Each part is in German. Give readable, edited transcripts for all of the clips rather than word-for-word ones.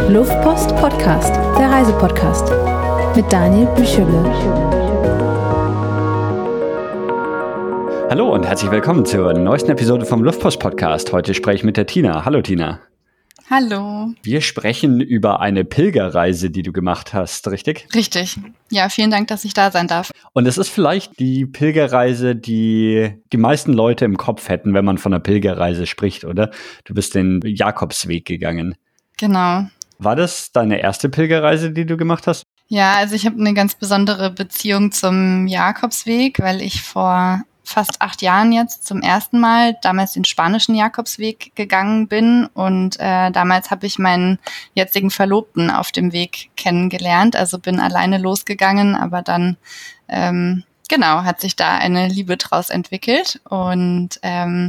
Luftpost Podcast, der Reisepodcast mit Daniel Büchele. Hallo und herzlich willkommen zur neuesten Episode vom Luftpost Podcast. Heute spreche ich mit der Tina. Hallo Tina. Hallo. Wir sprechen über eine Pilgerreise, die du gemacht hast, richtig? Richtig. Ja, vielen Dank, dass ich da sein darf. Und es ist vielleicht die Pilgerreise, die die meisten Leute im Kopf hätten, wenn man von einer Pilgerreise spricht, oder? Du bist den Jakobsweg gegangen. Genau. War das deine erste Pilgerreise, die du gemacht hast? Ja, also ich habe eine ganz besondere Beziehung zum Jakobsweg, weil ich vor fast 8 Jahren jetzt zum ersten Mal damals den spanischen Jakobsweg gegangen bin und damals habe ich meinen jetzigen Verlobten auf dem Weg kennengelernt, also bin alleine losgegangen, aber dann hat sich da eine Liebe draus entwickelt und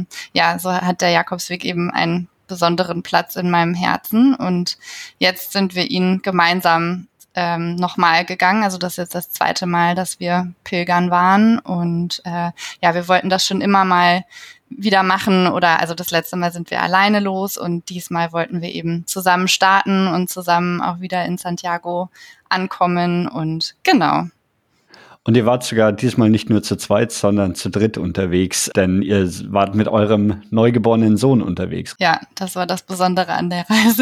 so hat der Jakobsweg eben einen besonderen Platz in meinem Herzen und jetzt sind wir ihn gemeinsam nochmal gegangen. Also das ist jetzt das 2. Mal, dass wir pilgern waren und wir wollten das schon immer mal wieder machen also das letzte Mal sind wir alleine los und diesmal wollten wir eben zusammen starten und zusammen auch wieder in Santiago ankommen und genau. Und ihr wart sogar diesmal nicht nur zu zweit, sondern zu dritt unterwegs, denn ihr wart mit eurem neugeborenen Sohn unterwegs. Ja, das war das Besondere an der Reise.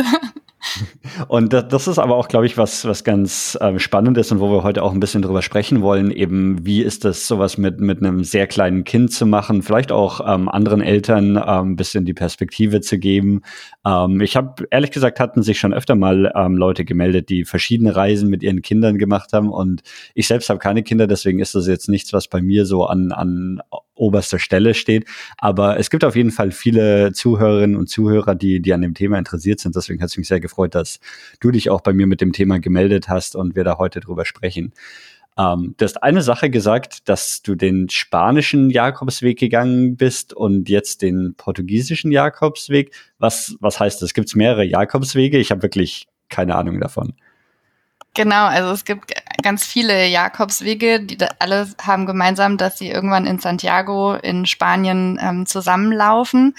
Und das ist aber auch, glaube ich, was ganz Spannendes und wo wir heute auch ein bisschen drüber sprechen wollen, eben wie ist das, sowas mit einem sehr kleinen Kind zu machen, vielleicht auch anderen Eltern ein bisschen die Perspektive zu geben. Ich habe, ehrlich gesagt, hatten sich schon öfter mal Leute gemeldet, die verschiedene Reisen mit ihren Kindern gemacht haben und ich selbst habe keine Kinder, deswegen ist das jetzt nichts, was bei mir so an oberster Stelle steht. Aber es gibt auf jeden Fall viele Zuhörerinnen und Zuhörer, die an dem Thema interessiert sind. Deswegen hat es mich sehr gefreut, dass du dich auch bei mir mit dem Thema gemeldet hast und wir da heute drüber sprechen. Du hast eine Sache gesagt, dass du den spanischen Jakobsweg gegangen bist und jetzt den portugiesischen Jakobsweg. Was heißt das? Gibt es mehrere Jakobswege? Ich habe wirklich keine Ahnung davon. Genau, also es gibt ganz viele Jakobswege, die alle haben gemeinsam, dass sie irgendwann in Santiago in Spanien zusammenlaufen.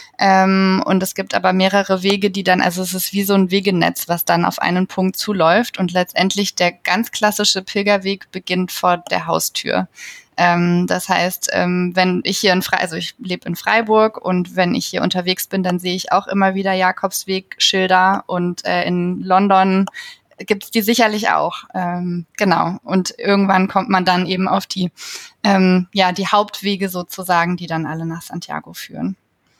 Und es gibt aber mehrere Wege, die dann, also es ist wie so ein Wegenetz, was dann auf einen Punkt zuläuft. Und letztendlich der ganz klassische Pilgerweg beginnt vor der Haustür. Das heißt, wenn ich hier ich lebe in Freiburg und wenn ich hier unterwegs bin, dann sehe ich auch immer wieder Jakobsweg-Schilder und in London gibt's die sicherlich auch, genau. Und irgendwann kommt man dann eben auf die Hauptwege sozusagen, die dann alle nach Santiago führen.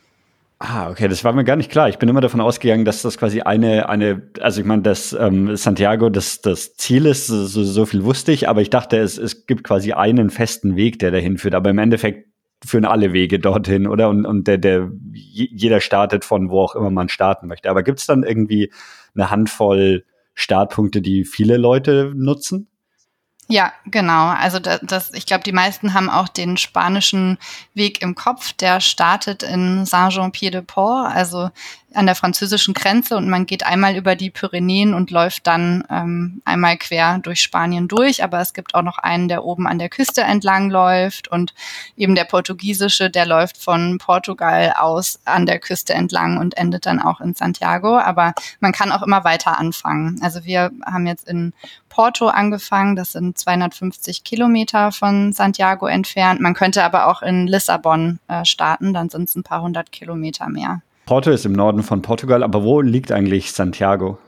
Ah, okay, das war mir gar nicht klar. Ich bin immer davon ausgegangen, dass das quasi also ich meine, dass Santiago das Ziel ist, so viel wusste ich, aber ich dachte, es gibt quasi einen festen Weg, der dahin führt, aber im Endeffekt führen alle Wege dorthin, oder? Und jeder startet von wo auch immer man starten möchte. Aber gibt's dann irgendwie eine Handvoll Startpunkte, die viele Leute nutzen? Ja, genau. Also ich glaube, die meisten haben auch den spanischen Weg im Kopf. Der startet in Saint-Jean-Pied-de-Port, also an der französischen Grenze und man geht einmal über die Pyrenäen und läuft dann einmal quer durch Spanien durch. Aber es gibt auch noch einen, der oben an der Küste entlang läuft und eben der portugiesische, der läuft von Portugal aus an der Küste entlang und endet dann auch in Santiago. Aber man kann auch immer weiter anfangen. Also wir haben jetzt in Porto angefangen, das sind 250 Kilometer von Santiago entfernt. Man könnte aber auch in Lissabon starten, dann sind es ein paar 100 Kilometer mehr. Porto ist im Norden von Portugal, aber wo liegt eigentlich Santiago?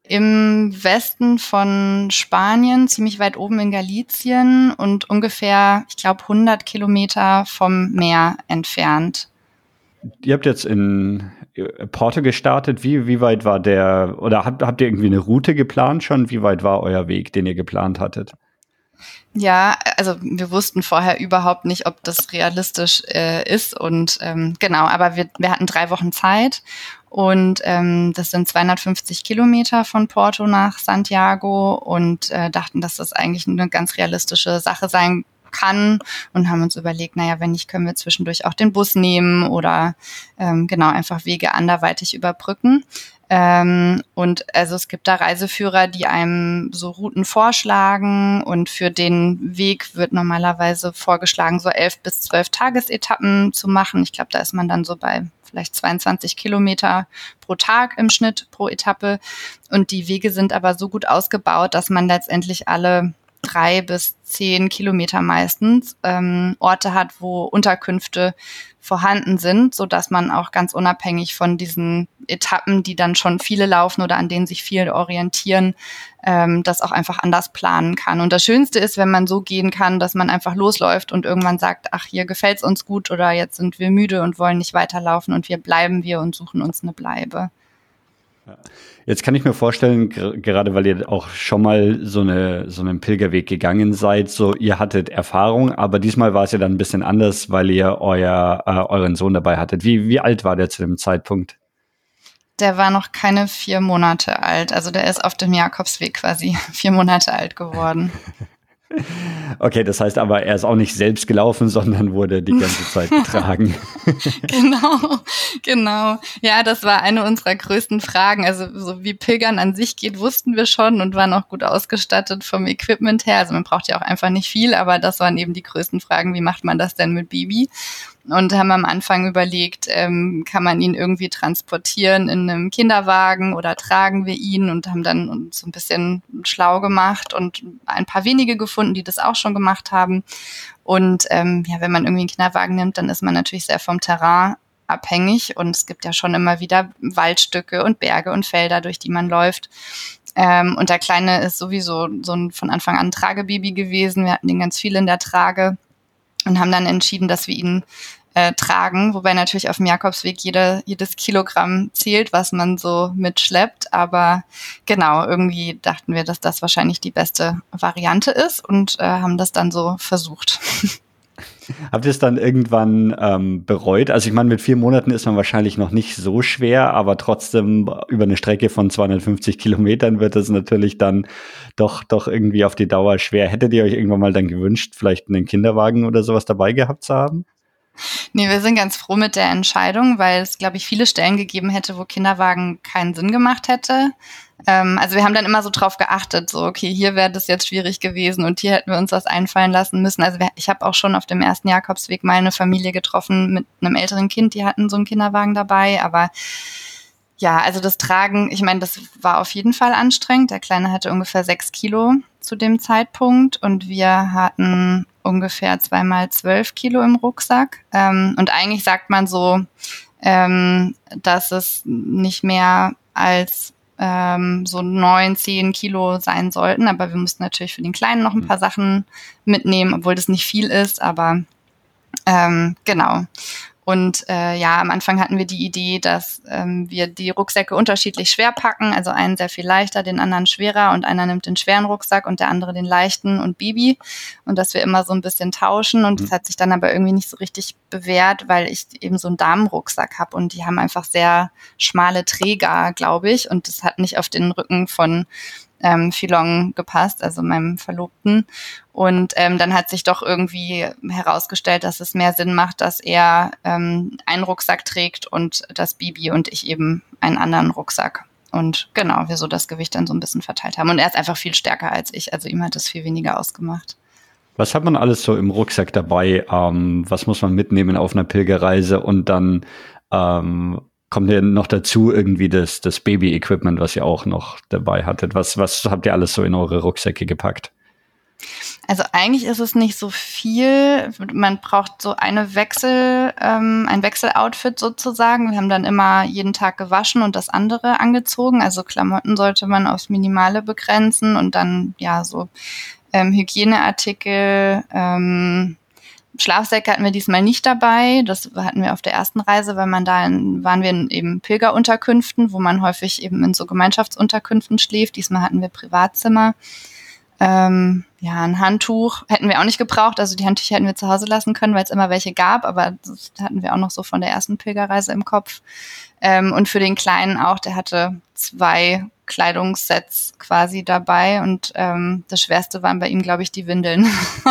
Im Westen von Spanien, ziemlich weit oben in Galicien und ungefähr, ich glaube, 100 Kilometer vom Meer entfernt. Ihr habt jetzt in Porto gestartet. Wie weit war oder habt ihr irgendwie eine Route geplant schon? Wie weit war euer Weg, den ihr geplant hattet? Ja, also wir wussten vorher überhaupt nicht, ob das realistisch ist und aber wir hatten 3 Wochen Zeit und das sind 250 Kilometer von Porto nach Santiago und dachten, dass das eigentlich eine ganz realistische Sache sein kann und haben uns überlegt, wenn nicht, können wir zwischendurch auch den Bus nehmen oder einfach Wege anderweitig überbrücken. Und also es gibt da Reiseführer, die einem so Routen vorschlagen und für den Weg wird normalerweise vorgeschlagen, so 11 bis 12 Tagesetappen zu machen. Ich glaube, da ist man dann so bei vielleicht 22 Kilometer pro Tag im Schnitt pro Etappe. Und die Wege sind aber so gut ausgebaut, dass man letztendlich alle 3 bis 10 Kilometer meistens Orte hat, wo Unterkünfte vorhanden sind, so dass man auch ganz unabhängig von diesen Etappen, die dann schon viele laufen oder an denen sich viele orientieren, das auch einfach anders planen kann. Und das Schönste ist, wenn man so gehen kann, dass man einfach losläuft und irgendwann sagt, ach, hier gefällt's uns gut oder jetzt sind wir müde und wollen nicht weiterlaufen und wir und suchen uns eine Bleibe. Jetzt kann ich mir vorstellen, gerade weil ihr auch schon mal so einen Pilgerweg gegangen seid, so ihr hattet Erfahrung, aber diesmal war es ja dann ein bisschen anders, weil ihr euren Sohn dabei hattet. Wie alt war der zu dem Zeitpunkt? Der war noch keine 4 Monate alt, also der ist auf dem Jakobsweg quasi 4 Monate alt geworden. Okay, das heißt aber, er ist auch nicht selbst gelaufen, sondern wurde die ganze Zeit getragen. Genau. Ja, das war eine unserer größten Fragen. Also so wie Pilgern an sich geht, wussten wir schon und waren auch gut ausgestattet vom Equipment her. Also man braucht ja auch einfach nicht viel, aber das waren eben die größten Fragen. Wie macht man das denn mit Baby? Und haben am Anfang überlegt, kann man ihn irgendwie transportieren in einem Kinderwagen oder tragen wir ihn, und haben dann uns so ein bisschen schlau gemacht und ein paar wenige gefunden, die das auch schon gemacht haben. Und wenn man irgendwie einen Kinderwagen nimmt, dann ist man natürlich sehr vom Terrain abhängig, und es gibt ja schon immer wieder Waldstücke und Berge und Felder, durch die man läuft. Und der Kleine ist sowieso so ein von Anfang an Tragebaby gewesen. Wir hatten den ganz viel in der Trage und haben dann entschieden, dass wir ihn tragen, wobei natürlich auf dem Jakobsweg jedes Kilogramm zählt, was man so mitschleppt, aber genau, irgendwie dachten wir, dass das wahrscheinlich die beste Variante ist und haben das dann so versucht. Habt ihr es dann irgendwann bereut? Also ich meine, mit 4 Monaten ist man wahrscheinlich noch nicht so schwer, aber trotzdem über eine Strecke von 250 Kilometern wird es natürlich dann doch irgendwie auf die Dauer schwer. Hättet ihr euch irgendwann mal dann gewünscht, vielleicht einen Kinderwagen oder sowas dabei gehabt zu haben? Nee, wir sind ganz froh mit der Entscheidung, weil es, glaube ich, viele Stellen gegeben hätte, wo Kinderwagen keinen Sinn gemacht hätte. Also wir haben dann immer so drauf geachtet, so okay, hier wäre das jetzt schwierig gewesen und hier hätten wir uns was einfallen lassen müssen. Also ich habe auch schon auf dem ersten Jakobsweg mal eine Familie getroffen mit einem älteren Kind, die hatten so einen Kinderwagen dabei, aber ja, also das Tragen, ich meine, das war auf jeden Fall anstrengend. Der Kleine hatte ungefähr 6 Kilo zu dem Zeitpunkt und wir hatten ungefähr 2 mal 12 Kilo im Rucksack. Und eigentlich sagt man so, dass es nicht mehr als so 9, 10 Kilo sein sollten. Aber wir mussten natürlich für den Kleinen noch ein paar Sachen mitnehmen, obwohl das nicht viel ist, aber genau. Und am Anfang hatten wir die Idee, dass wir die Rucksäcke unterschiedlich schwer packen, also einen sehr viel leichter, den anderen schwerer, und einer nimmt den schweren Rucksack und der andere den leichten und Baby, und dass wir immer so ein bisschen tauschen, und das hat sich dann aber irgendwie nicht so richtig bewährt, weil ich eben so einen Damenrucksack habe und die haben einfach sehr schmale Träger, glaube ich, und das hat nicht auf den Rücken von Philong gepasst, also meinem Verlobten. Und dann hat sich doch irgendwie herausgestellt, dass es mehr Sinn macht, dass er einen Rucksack trägt und das Baby und ich eben einen anderen Rucksack. Und genau, wir so das Gewicht dann so ein bisschen verteilt haben. Und er ist einfach viel stärker als ich, also ihm hat es viel weniger ausgemacht. Was hat man alles so im Rucksack dabei? Was muss man mitnehmen auf einer Pilgerreise? Und dann kommt ja noch dazu irgendwie das Baby-Equipment, was ihr auch noch dabei hattet. Was habt ihr alles so in eure Rucksäcke gepackt? Also eigentlich ist es nicht so viel. Man braucht so ein Wechseloutfit sozusagen. Wir haben dann immer jeden Tag gewaschen und das andere angezogen. Also Klamotten sollte man aufs Minimale begrenzen und dann ja so Hygieneartikel, Schlafsäcke hatten wir diesmal nicht dabei. Das hatten wir auf der ersten Reise, weil waren wir in eben Pilgerunterkünften, wo man häufig eben in so Gemeinschaftsunterkünften schläft. Diesmal hatten wir Privatzimmer. Ein Handtuch hätten wir auch nicht gebraucht. Also die Handtücher hätten wir zu Hause lassen können, weil es immer welche gab. Aber das hatten wir auch noch so von der ersten Pilgerreise im Kopf. Und für den Kleinen auch, der hatte 2 Kleidungssets quasi dabei und das Schwerste waren bei ihm, glaube ich, die Windeln.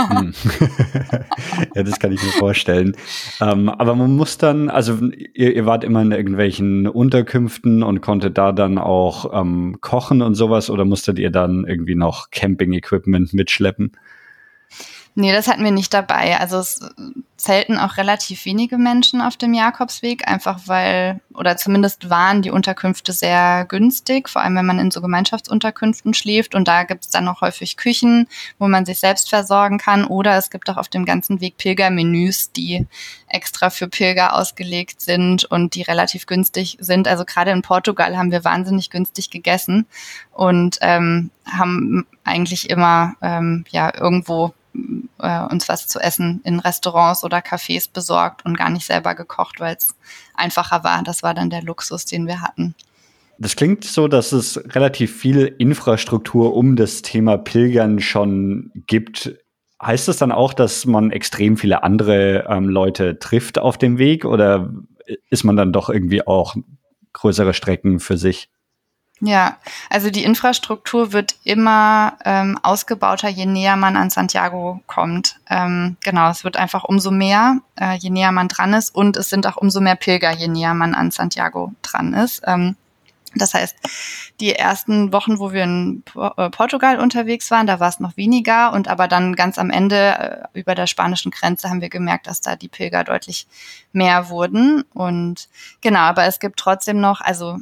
Ja, das kann ich mir vorstellen. Aber man muss dann, also ihr wart immer in irgendwelchen Unterkünften und konntet da dann auch kochen und sowas, oder musstet ihr dann irgendwie noch Camping-Equipment mitschleppen? Nee, das hatten wir nicht dabei. Also zelten auch relativ wenige Menschen auf dem Jakobsweg, einfach weil, oder zumindest waren die Unterkünfte sehr günstig, vor allem wenn man in so Gemeinschaftsunterkünften schläft, und da gibt es dann auch häufig Küchen, wo man sich selbst versorgen kann, oder es gibt auch auf dem ganzen Weg Pilgermenüs, die extra für Pilger ausgelegt sind und die relativ günstig sind. Also gerade in Portugal haben wir wahnsinnig günstig gegessen und haben eigentlich immer irgendwo uns was zu essen in Restaurants oder Cafés besorgt und gar nicht selber gekocht, weil es einfacher war. Das war dann der Luxus, den wir hatten. Das klingt so, dass es relativ viel Infrastruktur um das Thema Pilgern schon gibt. Heißt das dann auch, dass man extrem viele andere Leute trifft auf dem Weg, oder ist man dann doch irgendwie auch größere Strecken für sich? Ja, also die Infrastruktur wird immer ausgebauter, je näher man an Santiago kommt. Genau, es wird einfach umso mehr, je näher man dran ist, und es sind auch umso mehr Pilger, je näher man an Santiago dran ist. Das heißt, die ersten Wochen, wo wir in Portugal unterwegs waren, da war es noch weniger, und aber dann ganz am Ende über der spanischen Grenze haben wir gemerkt, dass da die Pilger deutlich mehr wurden. Und genau, aber es gibt trotzdem noch,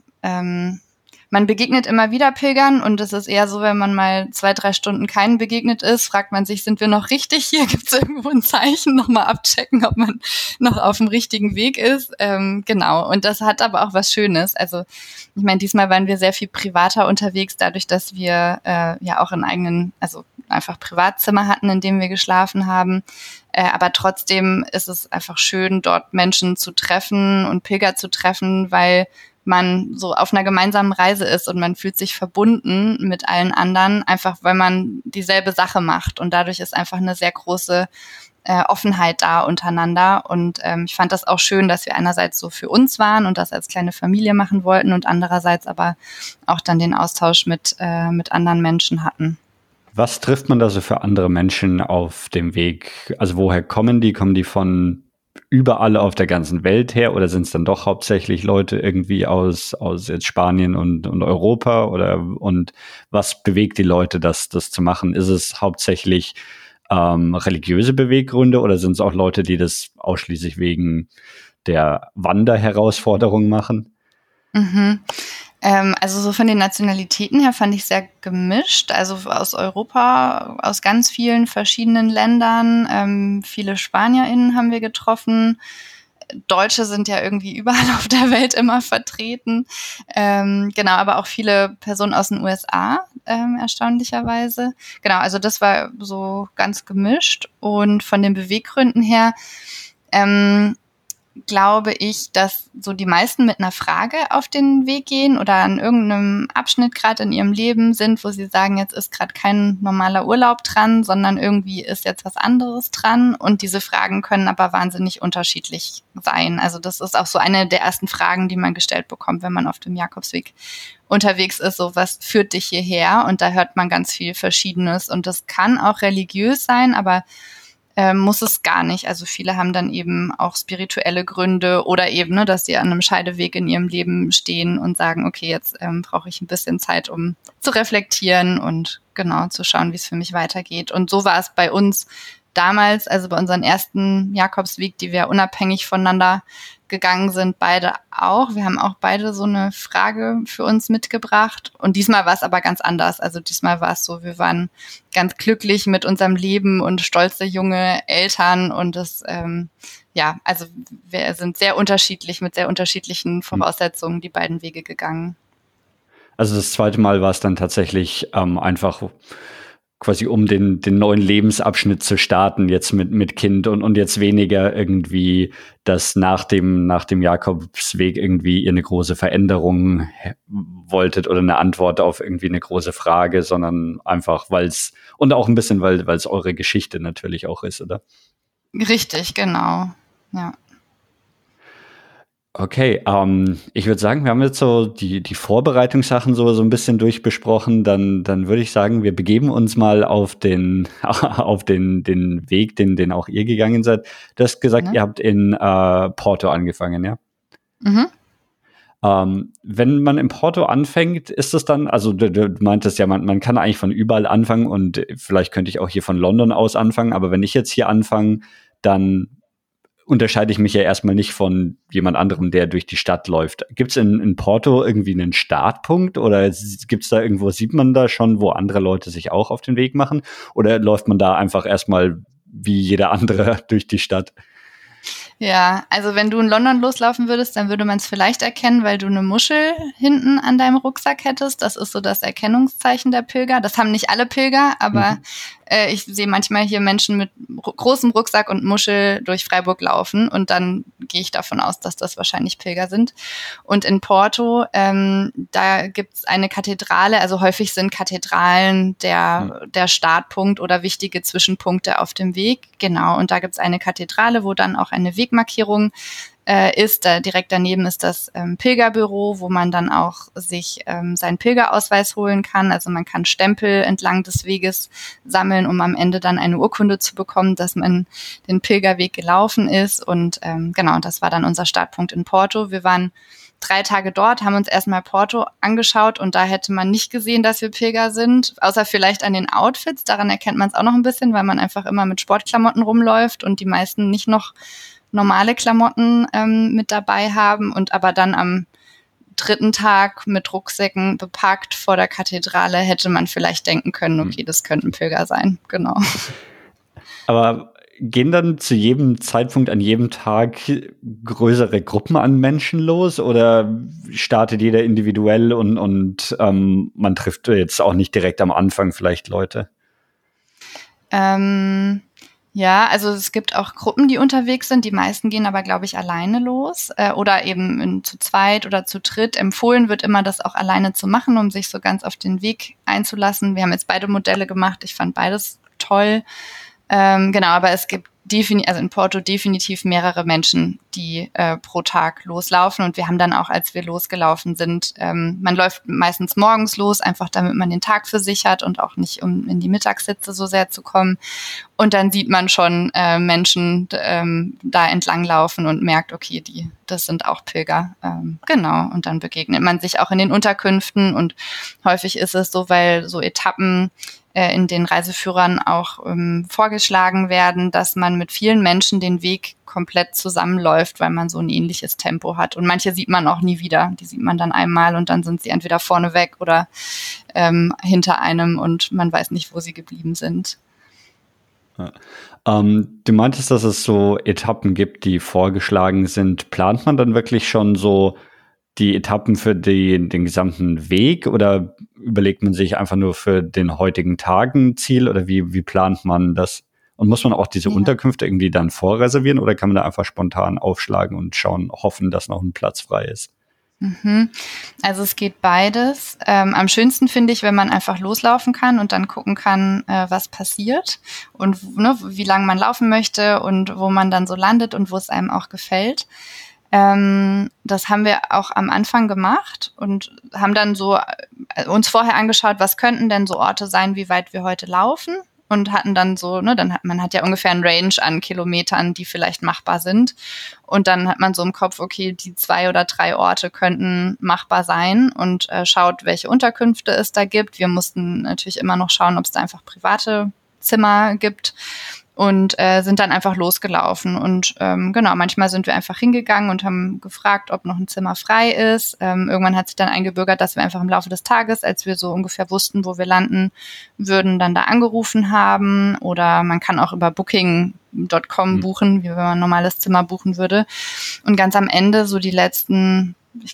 man begegnet immer wieder Pilgern, und es ist eher so, wenn man mal 2-3 Stunden keinen begegnet ist, fragt man sich, sind wir noch richtig hier? Gibt es irgendwo ein Zeichen? Nochmal abchecken, ob man noch auf dem richtigen Weg ist. Genau, und das hat aber auch was Schönes. Also ich meine, diesmal waren wir sehr viel privater unterwegs, dadurch, dass wir auch in eigenen, also einfach Privatzimmer hatten, in denen wir geschlafen haben. Aber trotzdem ist es einfach schön, dort Menschen zu treffen und Pilger zu treffen, weil man so auf einer gemeinsamen Reise ist und man fühlt sich verbunden mit allen anderen, einfach weil man dieselbe Sache macht. Und dadurch ist einfach eine sehr große Offenheit da untereinander. Und ich fand das auch schön, dass wir einerseits so für uns waren und das als kleine Familie machen wollten und andererseits aber auch dann den Austausch mit anderen Menschen hatten. Was trifft man da so für andere Menschen auf dem Weg? Also woher kommen die? Kommen die von überall auf der ganzen Welt her, oder sind es dann doch hauptsächlich Leute irgendwie aus jetzt Spanien und Europa, und was bewegt die Leute, das zu machen? Ist es hauptsächlich religiöse Beweggründe, oder sind es auch Leute, die das ausschließlich wegen der Wanderherausforderung machen? Mhm. Also so von den Nationalitäten her fand ich sehr gemischt, also aus Europa, aus ganz vielen verschiedenen Ländern. Viele SpanierInnen haben wir getroffen. Deutsche sind ja irgendwie überall auf der Welt immer vertreten. Genau, aber auch viele Personen aus den USA, erstaunlicherweise. Genau, also das war so ganz gemischt. Und von den Beweggründen her glaube ich, dass so die meisten mit einer Frage auf den Weg gehen oder an irgendeinem Abschnitt gerade in ihrem Leben sind, wo sie sagen, jetzt ist gerade kein normaler Urlaub dran, sondern irgendwie ist jetzt was anderes dran. Und diese Fragen können aber wahnsinnig unterschiedlich sein. Also das ist auch so eine der ersten Fragen, die man gestellt bekommt, wenn man auf dem Jakobsweg unterwegs ist. So, was führt dich hierher? Und da hört man ganz viel Verschiedenes. Und das kann auch religiös sein, aber muss es gar nicht. Also viele haben dann eben auch spirituelle Gründe oder eben, dass sie an einem Scheideweg in ihrem Leben stehen und sagen, okay, jetzt brauche ich ein bisschen Zeit, um zu reflektieren und genau zu schauen, wie es für mich weitergeht. Und so war es bei uns damals, also bei unseren ersten Jakobsweg, die wir unabhängig voneinander gegangen sind, beide auch. Wir haben auch beide so eine Frage für uns mitgebracht. Und diesmal war es aber ganz anders. Also diesmal war es so, wir waren ganz glücklich mit unserem Leben und stolze junge Eltern. Und das, also wir sind sehr unterschiedlich, mit sehr unterschiedlichen Voraussetzungen die beiden Wege gegangen. Also das zweite Mal war es dann tatsächlich einfach quasi um den neuen Lebensabschnitt zu starten, jetzt mit Kind und jetzt weniger irgendwie, dass nach dem Jakobsweg irgendwie ihr eine große Veränderung wolltet oder eine Antwort auf irgendwie eine große Frage, sondern einfach, und auch ein bisschen, weil es eure Geschichte natürlich auch ist, oder? Richtig, genau, ja. Okay, ich würde sagen, wir haben jetzt so die Vorbereitungssachen so ein bisschen durchbesprochen. Dann würde ich sagen, wir begeben uns mal auf den Weg, den auch ihr gegangen seid. Du hast gesagt, ihr habt in Porto angefangen, ja? Mhm. Wenn man in Porto anfängt, ist es dann, also du meintest ja, man kann eigentlich von überall anfangen, und vielleicht könnte ich auch hier von London aus anfangen, aber wenn ich jetzt hier anfange, dann unterscheide ich mich ja erstmal nicht von jemand anderem, der durch die Stadt läuft. Gibt es in Porto irgendwie einen Startpunkt oder gibt es da irgendwo, sieht man da schon, wo andere Leute sich auch auf den Weg machen? Oder läuft man da einfach erstmal wie jeder andere durch die Stadt? Ja, also wenn du in London loslaufen würdest, dann würde man es vielleicht erkennen, weil du eine Muschel hinten an deinem Rucksack hättest. Das ist so das Erkennungszeichen der Pilger. Das haben nicht alle Pilger, aber ich sehe manchmal hier Menschen mit großem Rucksack und Muschel durch Freiburg laufen und dann gehe ich davon aus, dass das wahrscheinlich Pilger sind. Und in Porto, da gibt's eine Kathedrale, also häufig sind Kathedralen der Startpunkt oder wichtige Zwischenpunkte auf dem Weg. Genau, und da gibt's eine Kathedrale, wo dann auch eine Wegmarkierung ist. Direkt daneben ist das Pilgerbüro, wo man dann auch sich seinen Pilgerausweis holen kann. Also man kann Stempel entlang des Weges sammeln, um am Ende dann eine Urkunde zu bekommen, dass man den Pilgerweg gelaufen ist. Und genau, das war dann unser Startpunkt in Porto. Wir waren 3 Tage dort, haben uns erstmal Porto angeschaut und da hätte man nicht gesehen, dass wir Pilger sind, außer vielleicht an den Outfits. Daran erkennt man es auch noch ein bisschen, weil man einfach immer mit Sportklamotten rumläuft und die meisten nicht noch normale Klamotten mit dabei haben und aber dann am 3. Tag mit Rucksäcken bepackt vor der Kathedrale hätte man vielleicht denken können, okay, das könnten Pilger sein, genau. Aber gehen dann zu jedem Zeitpunkt an jedem Tag größere Gruppen an Menschen los oder startet jeder individuell und man trifft jetzt auch nicht direkt am Anfang vielleicht Leute? Ja, also es gibt auch Gruppen, die unterwegs sind. Die meisten gehen aber, glaube ich, alleine los oder eben zu zweit oder zu dritt. Empfohlen wird immer, das auch alleine zu machen, um sich so ganz auf den Weg einzulassen. Wir haben jetzt beide Modelle gemacht. Ich fand beides toll. Genau, aber es gibt also in Porto definitiv mehrere Menschen, die pro Tag loslaufen. Und wir haben dann auch, als wir losgelaufen sind, man läuft meistens morgens los, einfach damit man den Tag für sich hat und auch nicht, um in die Mittagshitze so sehr zu kommen. Und dann sieht man schon Menschen da entlang laufen und merkt, okay, das sind auch Pilger. Genau, und dann begegnet man sich auch in den Unterkünften. Und häufig ist es so, weil so Etappen in den Reiseführern auch vorgeschlagen werden, dass man mit vielen Menschen den Weg komplett zusammenläuft, weil man so ein ähnliches Tempo hat. Und manche sieht man auch nie wieder. Die sieht man dann einmal und dann sind sie entweder vorne weg oder hinter einem und man weiß nicht, wo sie geblieben sind. Ja. Du meintest, dass es so Etappen gibt, die vorgeschlagen sind. Plant man dann wirklich schon so die Etappen für den gesamten Weg oder überlegt man sich einfach nur für den heutigen Tag ein Ziel oder wie plant man das? Und muss man auch diese Unterkünfte irgendwie dann vorreservieren oder kann man da einfach spontan aufschlagen und hoffen, dass noch ein Platz frei ist? Also es geht beides. Am schönsten finde ich, wenn man einfach loslaufen kann und dann gucken kann, was passiert und wie lange man laufen möchte und wo man dann so landet und wo es einem auch gefällt. Das haben wir auch am Anfang gemacht und haben dann so uns vorher angeschaut, was könnten denn so Orte sein, wie weit wir heute laufen und hatten dann so, man hat ja ungefähr ein Range an Kilometern, die vielleicht machbar sind und dann hat man so im Kopf, okay, die 2 oder 3 Orte könnten machbar sein und schaut, welche Unterkünfte es da gibt. Wir mussten natürlich immer noch schauen, ob es da einfach private Zimmer gibt. Und sind dann einfach losgelaufen. Und genau, manchmal sind wir einfach hingegangen und haben gefragt, ob noch ein Zimmer frei ist. Irgendwann hat sich dann eingebürgert, dass wir einfach im Laufe des Tages, als wir so ungefähr wussten, wo wir landen würden, dann da angerufen haben. Oder man kann auch über Booking.com buchen, wie wenn man ein normales Zimmer buchen würde. Und ganz am Ende, so die letzten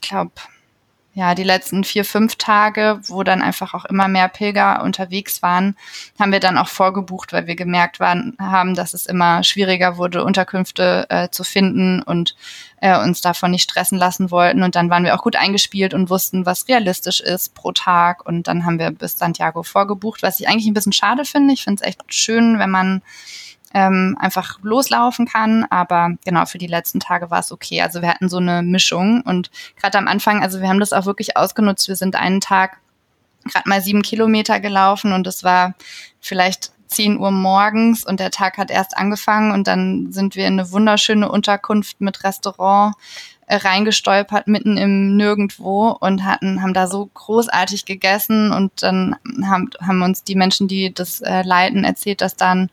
4, 5 Tage, wo dann einfach auch immer mehr Pilger unterwegs waren, haben wir dann auch vorgebucht, weil wir gemerkt haben, dass es immer schwieriger wurde, Unterkünfte zu finden und uns davon nicht stressen lassen wollten. Und dann waren wir auch gut eingespielt und wussten, was realistisch ist pro Tag. Und dann haben wir bis Santiago vorgebucht, was ich eigentlich ein bisschen schade finde. Ich finde es echt schön, wenn man einfach loslaufen kann, aber genau, für die letzten Tage war es okay. Also wir hatten so eine Mischung und gerade am Anfang, also wir haben das auch wirklich ausgenutzt. Wir sind einen Tag gerade mal 7 Kilometer gelaufen und es war vielleicht 10 Uhr morgens und der Tag hat erst angefangen und dann sind wir in eine wunderschöne Unterkunft mit Restaurant reingestolpert, mitten im Nirgendwo und haben da so großartig gegessen und dann haben uns die Menschen, die das leiten, erzählt, dass dann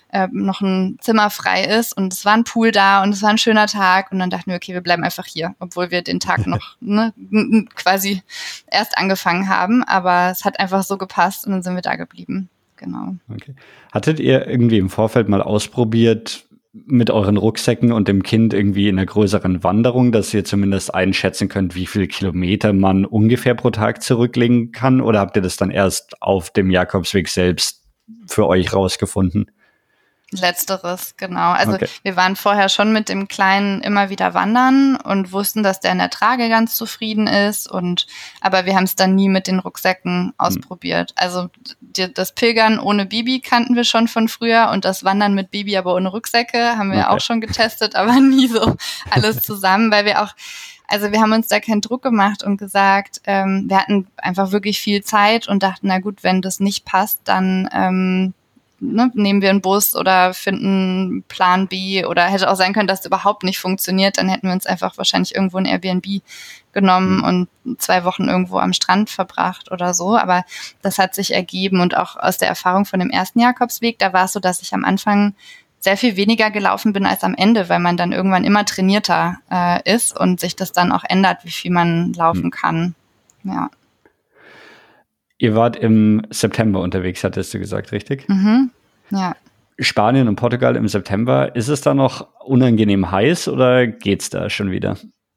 noch ein Zimmer frei ist und es war ein Pool da und es war ein schöner Tag und dann dachten wir, okay, wir bleiben einfach hier, obwohl wir den Tag noch quasi erst angefangen haben, aber es hat einfach so gepasst und dann sind wir da geblieben. Genau. Okay. Hattet ihr irgendwie im Vorfeld mal ausprobiert, mit euren Rucksäcken und dem Kind irgendwie in einer größeren Wanderung, dass ihr zumindest einschätzen könnt, wie viele Kilometer man ungefähr pro Tag zurücklegen kann? Oder habt ihr das dann erst auf dem Jakobsweg selbst für euch rausgefunden? Letzteres, genau. Also Okay. Wir waren vorher schon mit dem Kleinen immer wieder wandern und wussten, dass der in der Trage ganz zufrieden ist. Aber wir haben es dann nie mit den Rucksäcken ausprobiert. Also das Pilgern ohne Baby kannten wir schon von früher und das Wandern mit Baby, aber ohne Rucksäcke haben wir auch schon getestet, aber nie so alles zusammen, weil wir haben uns da keinen Druck gemacht und gesagt, wir hatten einfach wirklich viel Zeit und dachten, na gut, wenn das nicht passt, dann nehmen wir einen Bus oder finden Plan B oder hätte auch sein können, dass es überhaupt nicht funktioniert, dann hätten wir uns einfach wahrscheinlich irgendwo ein Airbnb genommen und 2 Wochen irgendwo am Strand verbracht oder so, aber das hat sich ergeben und auch aus der Erfahrung von dem ersten Jakobsweg, da war es so, dass ich am Anfang sehr viel weniger gelaufen bin als am Ende, weil man dann irgendwann immer trainierter ist und sich das dann auch ändert, wie viel man laufen kann. Ja. Ihr wart im September unterwegs, hattest du gesagt, richtig? Mhm. Ja. Spanien und Portugal im September, ist es da noch unangenehm heiß oder geht's da schon wieder?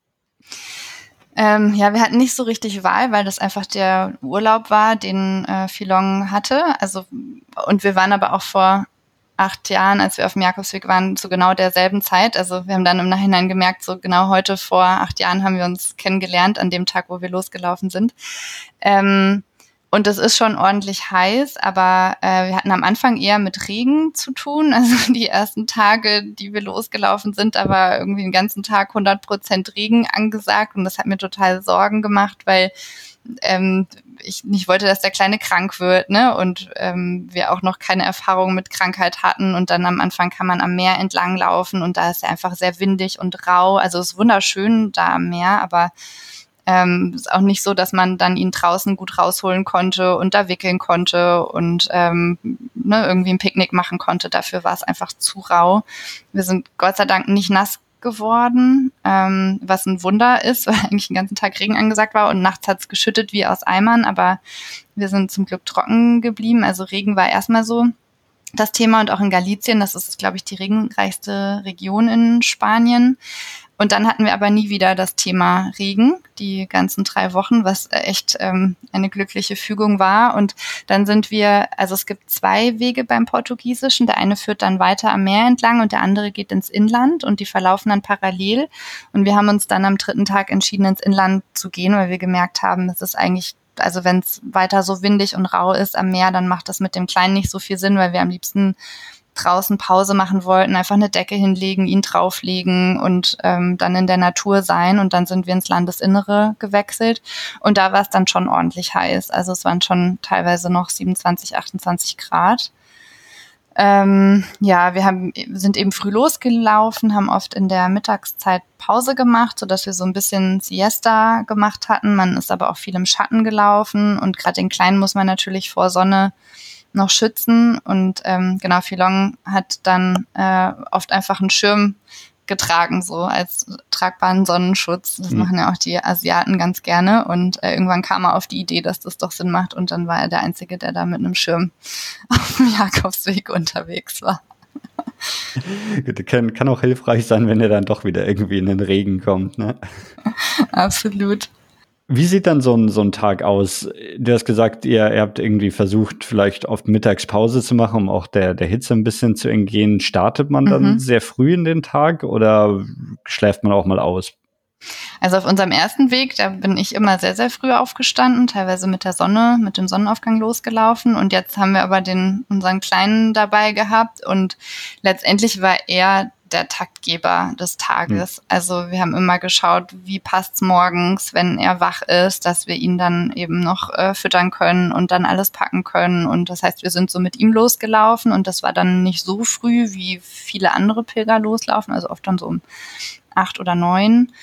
Wir hatten nicht so richtig Wahl, weil das einfach der Urlaub war, den Filong hatte. Und wir waren aber auch vor 8 Jahren, als wir auf dem Jakobsweg waren, zu genau derselben Zeit. Also wir haben dann im Nachhinein gemerkt, so genau heute vor 8 Jahren haben wir uns kennengelernt, an dem Tag, wo wir losgelaufen sind. Und es ist schon ordentlich heiß, aber wir hatten am Anfang eher mit Regen zu tun. Also die ersten Tage, die wir losgelaufen sind, da war irgendwie den ganzen Tag 100% Regen angesagt und das hat mir total Sorgen gemacht, weil ich nicht wollte, dass der Kleine krank wird, ne? Und wir auch noch keine Erfahrung mit Krankheit hatten und dann am Anfang kann man am Meer entlang laufen und da ist ja einfach sehr windig und rau. Also es ist wunderschön da am Meer, aber ist auch nicht so, dass man dann ihn draußen gut rausholen konnte und da wickeln konnte und irgendwie ein Picknick machen konnte. Dafür war es einfach zu rau. Wir sind Gott sei Dank nicht nass geworden, was ein Wunder ist, weil eigentlich den ganzen Tag Regen angesagt war und nachts hat es geschüttet wie aus Eimern, aber wir sind zum Glück trocken geblieben. Also Regen war erstmal so das Thema und auch in Galicien, das ist, glaube ich, die regenreichste Region in Spanien. Und dann hatten wir aber nie wieder das Thema Regen, die ganzen 3 Wochen, was echt eine glückliche Fügung war. Und dann es gibt 2 Wege beim Portugiesischen. Der eine führt dann weiter am Meer entlang und der andere geht ins Inland und die verlaufen dann parallel. Und wir haben uns dann am 3. Tag entschieden, ins Inland zu gehen, weil wir gemerkt haben, es ist eigentlich, also wenn es weiter so windig und rau ist am Meer, dann macht das mit dem Kleinen nicht so viel Sinn, weil wir am liebsten draußen Pause machen wollten, einfach eine Decke hinlegen, ihn drauflegen und dann in der Natur sein. Und dann sind wir ins Landesinnere gewechselt. Und da war es dann schon ordentlich heiß. Also es waren schon teilweise noch 27, 28 Grad. Wir sind eben früh losgelaufen, haben oft in der Mittagszeit Pause gemacht, sodass wir so ein bisschen Siesta gemacht hatten. Man ist aber auch viel im Schatten gelaufen und gerade den Kleinen muss man natürlich vor Sonne noch schützen und Filong hat dann oft einfach einen Schirm getragen, so als tragbaren Sonnenschutz. Das machen ja auch die Asiaten ganz gerne und irgendwann kam er auf die Idee, dass das doch Sinn macht und dann war er der Einzige, der da mit einem Schirm auf dem Jakobsweg unterwegs war. Kann auch hilfreich sein, wenn er dann doch wieder irgendwie in den Regen kommt, ne? Absolut. Wie sieht dann so ein Tag aus? Du hast gesagt, ihr habt irgendwie versucht, vielleicht oft Mittagspause zu machen, um auch der Hitze ein bisschen zu entgehen. Startet man dann sehr früh in den Tag oder schläft man auch mal aus? Also auf unserem ersten Weg, da bin ich immer sehr, sehr früh aufgestanden, teilweise mit der Sonne, mit dem Sonnenaufgang losgelaufen. Und jetzt haben wir aber unseren Kleinen dabei gehabt und letztendlich war er der Taktgeber des Tages. Also wir haben immer geschaut, wie passt's morgens, wenn er wach ist, dass wir ihn dann eben noch füttern können und dann alles packen können. Und das heißt, wir sind so mit ihm losgelaufen und das war dann nicht so früh, wie viele andere Pilger loslaufen, also oft dann so um 8 oder 9.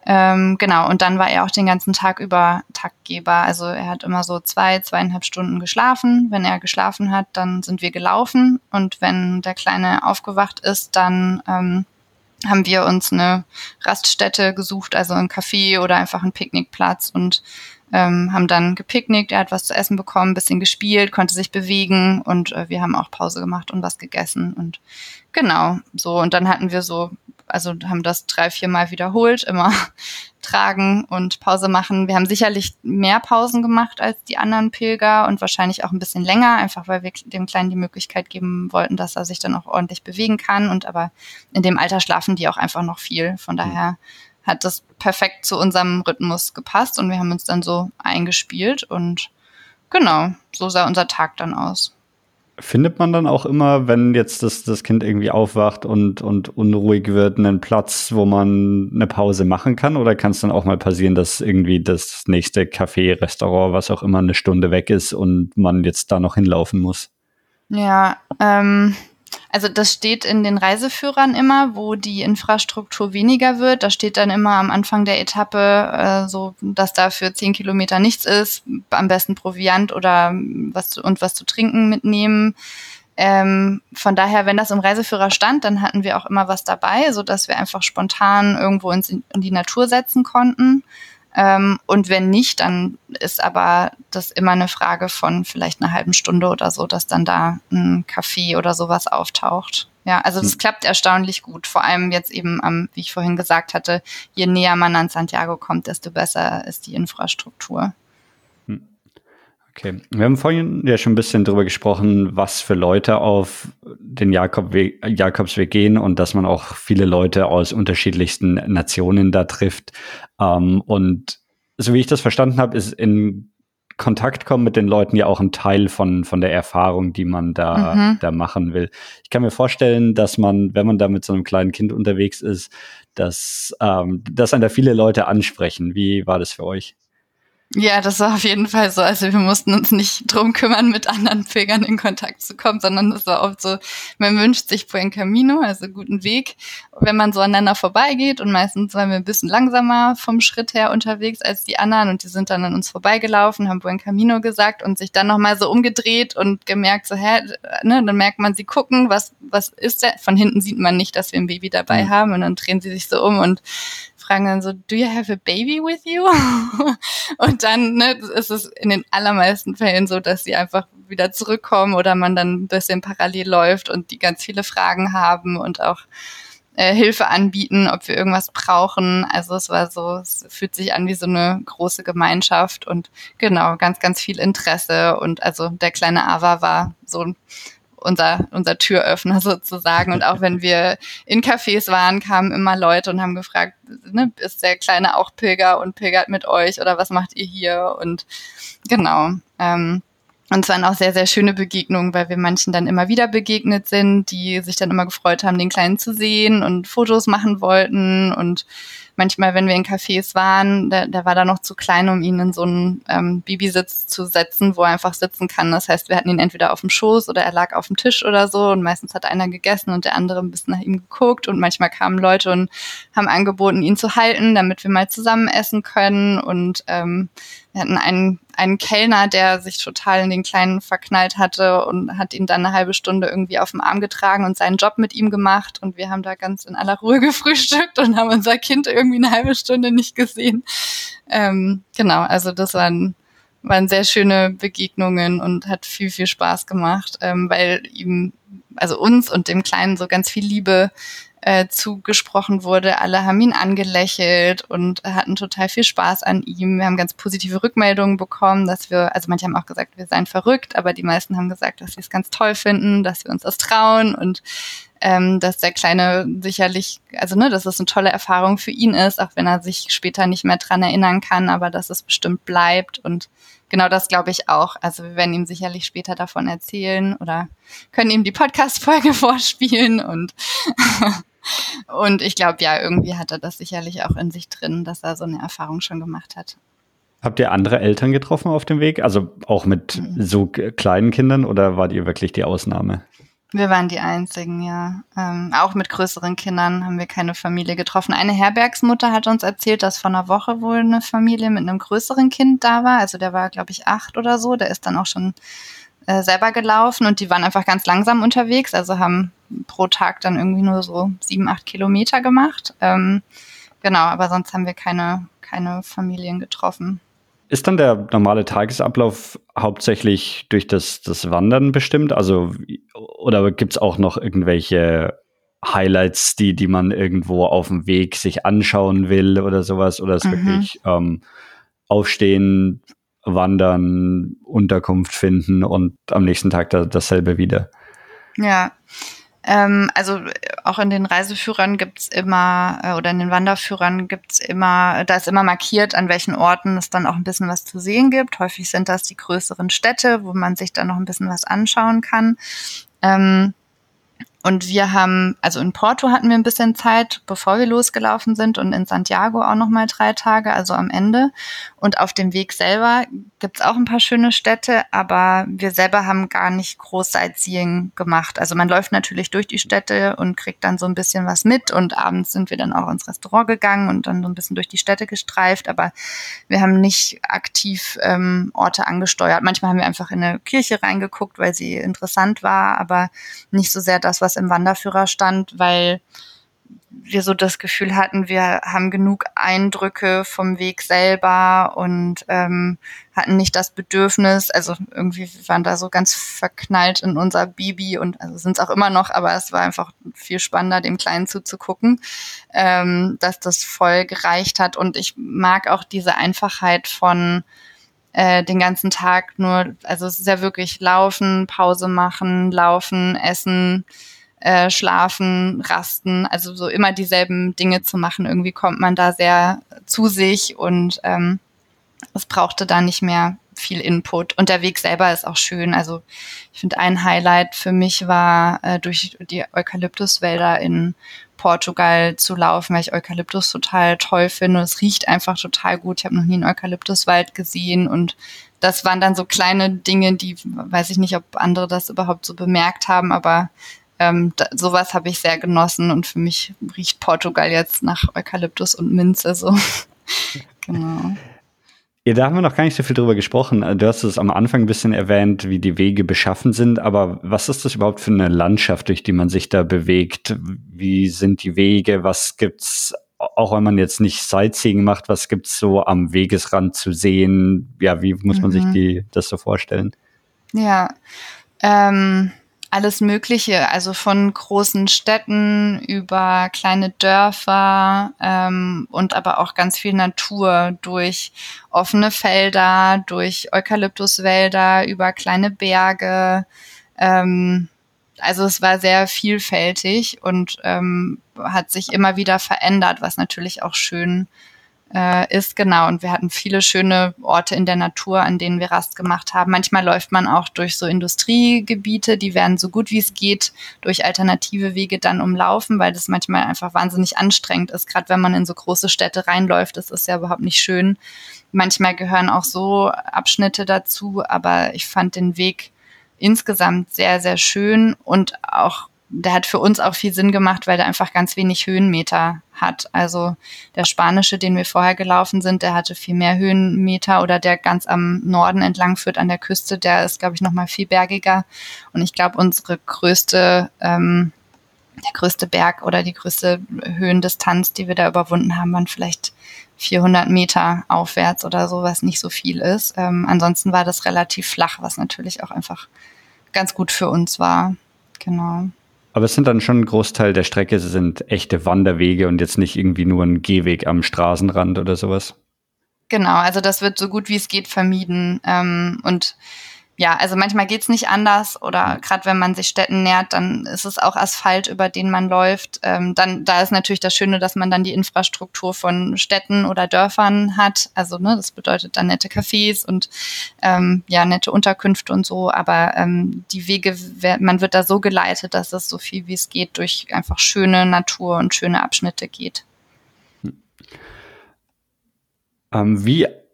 Genau, und dann war er auch den ganzen Tag über Taktgeber. Also er hat immer so 2,5 Stunden geschlafen. Wenn er geschlafen hat, dann sind wir gelaufen. Und wenn der Kleine aufgewacht ist, dann haben wir uns eine Raststätte gesucht, also ein Café oder einfach einen Picknickplatz und haben dann gepicknickt. Er hat was zu essen bekommen, ein bisschen gespielt, konnte sich bewegen und wir haben auch Pause gemacht und was gegessen und genau, so. Und dann hatten wir also haben das 3-4 Mal wiederholt, immer tragen und Pause machen. Wir haben sicherlich mehr Pausen gemacht als die anderen Pilger und wahrscheinlich auch ein bisschen länger, einfach weil wir dem Kleinen die Möglichkeit geben wollten, dass er sich dann auch ordentlich bewegen kann. Und aber in dem Alter schlafen die auch einfach noch viel. Von daher hat das perfekt zu unserem Rhythmus gepasst und wir haben uns dann so eingespielt und genau, so sah unser Tag dann aus. Findet man dann auch immer, wenn jetzt das Kind irgendwie aufwacht und unruhig wird, einen Platz, wo man eine Pause machen kann? Oder kann es dann auch mal passieren, dass irgendwie das nächste Café, Restaurant, was auch immer, eine Stunde weg ist und man jetzt da noch hinlaufen muss? Ja, also das steht in den Reiseführern immer, wo die Infrastruktur weniger wird. Da steht dann immer am Anfang der Etappe so, dass da für 10 Kilometer nichts ist. Am besten Proviant oder was zu trinken mitnehmen. Von daher, wenn das im Reiseführer stand, dann hatten wir auch immer was dabei, so dass wir einfach spontan irgendwo uns in die Natur setzen konnten. Und wenn nicht, dann ist aber das immer eine Frage von vielleicht einer halben Stunde oder so, dass dann da ein Café oder sowas auftaucht. Ja, also das klappt erstaunlich gut. Vor allem jetzt eben wie ich vorhin gesagt hatte, je näher man an Santiago kommt, desto besser ist die Infrastruktur. Okay, wir haben vorhin ja schon ein bisschen drüber gesprochen, was für Leute auf den Jakobsweg gehen und dass man auch viele Leute aus unterschiedlichsten Nationen da trifft. Und so wie ich das verstanden habe, ist in Kontakt kommen mit den Leuten ja auch ein Teil von der Erfahrung, die man da machen will. Ich kann mir vorstellen, dass man, wenn man da mit so einem kleinen Kind unterwegs ist, dass einen da viele Leute ansprechen. Wie war das für euch? Ja, das war auf jeden Fall so. Also wir mussten uns nicht drum kümmern, mit anderen Pilgern in Kontakt zu kommen, sondern das war oft so, man wünscht sich Buen Camino, also guten Weg, wenn man so aneinander vorbeigeht und meistens waren wir ein bisschen langsamer vom Schritt her unterwegs als die anderen und die sind dann an uns vorbeigelaufen, haben Buen Camino gesagt und sich dann nochmal so umgedreht und gemerkt so, dann merkt man, sie gucken, was ist der? Von hinten sieht man nicht, dass wir ein Baby dabei haben und dann drehen sie sich so um und fragen dann so, do you have a baby with you? Und dann ist es in den allermeisten Fällen so, dass sie einfach wieder zurückkommen oder man dann ein bisschen parallel läuft und die ganz viele Fragen haben und auch Hilfe anbieten, ob wir irgendwas brauchen. Also es war so, es fühlt sich an wie so eine große Gemeinschaft und genau, ganz, ganz viel Interesse und also der kleine Ava war so unser Türöffner sozusagen. Und auch wenn wir in Cafés waren, kamen immer Leute und haben gefragt, ist der Kleine auch Pilger und pilgert mit euch oder was macht ihr hier? Und genau. Und es waren auch sehr, sehr schöne Begegnungen, weil wir manchen dann immer wieder begegnet sind, die sich dann immer gefreut haben, den Kleinen zu sehen und Fotos machen wollten. Und manchmal, wenn wir in Cafés waren, der war da noch zu klein, um ihn in so einen Babysitz zu setzen, wo er einfach sitzen kann. Das heißt, wir hatten ihn entweder auf dem Schoß oder er lag auf dem Tisch oder so. Und meistens hat einer gegessen und der andere ein bisschen nach ihm geguckt. Und manchmal kamen Leute und haben angeboten, ihn zu halten, damit wir mal zusammen essen können. Und wir hatten einen Kellner, der sich total in den Kleinen verknallt hatte und hat ihn dann eine halbe Stunde irgendwie auf dem Arm getragen und seinen Job mit ihm gemacht. Und wir haben da ganz in aller Ruhe gefrühstückt und haben unser Kind irgendwie eine halbe Stunde nicht gesehen. Genau, also das waren sehr schöne Begegnungen und hat viel, viel Spaß gemacht, weil ihm, also uns und dem Kleinen so ganz viel Liebe zugesprochen wurde. Alle haben ihn angelächelt und hatten total viel Spaß an ihm. Wir haben ganz positive Rückmeldungen bekommen, also manche haben auch gesagt, wir seien verrückt, aber die meisten haben gesagt, dass sie es ganz toll finden, dass wir uns das trauen und dass der Kleine sicherlich, also dass es eine tolle Erfahrung für ihn ist, auch wenn er sich später nicht mehr dran erinnern kann, aber dass es bestimmt bleibt und genau das glaube ich auch. Also wir werden ihm sicherlich später davon erzählen oder können ihm die Podcast-Folge vorspielen und ich glaube, ja, irgendwie hat er das sicherlich auch in sich drin, dass er so eine Erfahrung schon gemacht hat. Habt ihr andere Eltern getroffen auf dem Weg? Also auch mit so kleinen Kindern oder wart ihr wirklich die Ausnahme? Wir waren die Einzigen, ja. Auch mit größeren Kindern haben wir keine Familie getroffen. Eine Herbergsmutter hat uns erzählt, dass vor einer Woche wohl eine Familie mit einem größeren Kind da war. Also der war, glaube ich, 8 oder so. Der ist dann auch schon selber gelaufen und die waren einfach ganz langsam unterwegs. Also haben pro Tag dann irgendwie nur so 7, 8 Kilometer gemacht. Genau, aber sonst haben wir keine Familien getroffen. Ist dann der normale Tagesablauf hauptsächlich durch das Wandern bestimmt? Also, oder gibt's auch noch irgendwelche Highlights, die man irgendwo auf dem Weg sich anschauen will oder sowas? Oder ist wirklich aufstehen, wandern, Unterkunft finden und am nächsten Tag dasselbe wieder? Ja, also auch in den Reiseführern gibt's immer, oder in den Wanderführern gibt's immer, da ist immer markiert, an welchen Orten es dann auch ein bisschen was zu sehen gibt. Häufig sind das die größeren Städte, wo man sich dann noch ein bisschen was anschauen kann. Und wir haben, also in Porto hatten wir ein bisschen Zeit, bevor wir losgelaufen sind, und in Santiago auch nochmal 3 Tage, also am Ende. Und auf dem Weg selber gibt's auch ein paar schöne Städte, aber wir selber haben gar nicht groß Sightseeing gemacht. Also man läuft natürlich durch die Städte und kriegt dann so ein bisschen was mit, und abends sind wir dann auch ins Restaurant gegangen und dann so ein bisschen durch die Städte gestreift, aber wir haben nicht aktiv Orte angesteuert. Manchmal haben wir einfach in eine Kirche reingeguckt, weil sie interessant war, aber nicht so sehr das, was im Wanderführer stand, weil wir so das Gefühl hatten, wir haben genug Eindrücke vom Weg selber und hatten nicht das Bedürfnis, also irgendwie waren da so ganz verknallt in unser Baby, und also sind es auch immer noch, aber es war einfach viel spannender, dem Kleinen zuzugucken, dass das voll gereicht hat. Und ich mag auch diese Einfachheit von den ganzen Tag nur, also es ist ja wirklich laufen, Pause machen, laufen, essen, schlafen, rasten, also so immer dieselben Dinge zu machen. Irgendwie kommt man da sehr zu sich, und es brauchte da nicht mehr viel Input. Und der Weg selber ist auch schön. Also ich finde, ein Highlight für mich war, durch die Eukalyptuswälder in Portugal zu laufen, weil ich Eukalyptus total toll finde. Es riecht einfach total gut. Ich habe noch nie einen Eukalyptuswald gesehen, und das waren dann so kleine Dinge, die, weiß ich nicht, ob andere das überhaupt so bemerkt haben, aber sowas habe ich sehr genossen, und für mich riecht Portugal jetzt nach Eukalyptus und Minze so. Genau. Ja, da haben wir noch gar nicht so viel drüber gesprochen. Du hast es am Anfang ein bisschen erwähnt, wie die Wege beschaffen sind, aber was ist das überhaupt für eine Landschaft, durch die man sich da bewegt? Wie sind die Wege? Was gibt's, auch wenn man jetzt nicht Sightseeing macht, was gibt's so am Wegesrand zu sehen? Ja, wie muss man sich das so vorstellen? Ja, alles Mögliche, also von großen Städten über kleine Dörfer, und aber auch ganz viel Natur, durch offene Felder, durch Eukalyptuswälder, über kleine Berge. Also es war sehr vielfältig und hat sich immer wieder verändert, was natürlich auch schön ist, genau. Und wir hatten viele schöne Orte in der Natur, an denen wir Rast gemacht haben. Manchmal läuft man auch durch so Industriegebiete, die werden so gut wie es geht durch alternative Wege dann umlaufen, weil das manchmal einfach wahnsinnig anstrengend ist, gerade wenn man in so große Städte reinläuft. Das ist ja überhaupt nicht schön. Manchmal gehören auch so Abschnitte dazu, aber ich fand den Weg insgesamt sehr, sehr schön, und auch der hat für uns auch viel Sinn gemacht, weil der einfach ganz wenig Höhenmeter hat. Also der spanische, den wir vorher gelaufen sind, der hatte viel mehr Höhenmeter, oder der ganz am Norden entlang führt an der Küste, der ist, glaube ich, noch mal viel bergiger. Und ich glaube, der größte Berg oder die größte Höhendistanz, die wir da überwunden haben, waren vielleicht 400 Meter aufwärts oder so, was nicht so viel ist. Ansonsten war das relativ flach, was natürlich auch einfach ganz gut für uns war. Genau. Aber es sind dann schon ein Großteil der Strecke sind echte Wanderwege und jetzt nicht irgendwie nur ein Gehweg am Straßenrand oder sowas. Genau, also das wird so gut wie es geht vermieden. Und ja, also manchmal geht's nicht anders, oder gerade wenn man sich Städten nähert, dann ist es auch Asphalt, über den man läuft. Dann da ist natürlich das Schöne, dass man dann die Infrastruktur von Städten oder Dörfern hat. Also das bedeutet dann nette Cafés und nette Unterkünfte und so. Aber die Wege, man wird da so geleitet, dass es so viel wie es geht durch einfach schöne Natur und schöne Abschnitte geht. Wie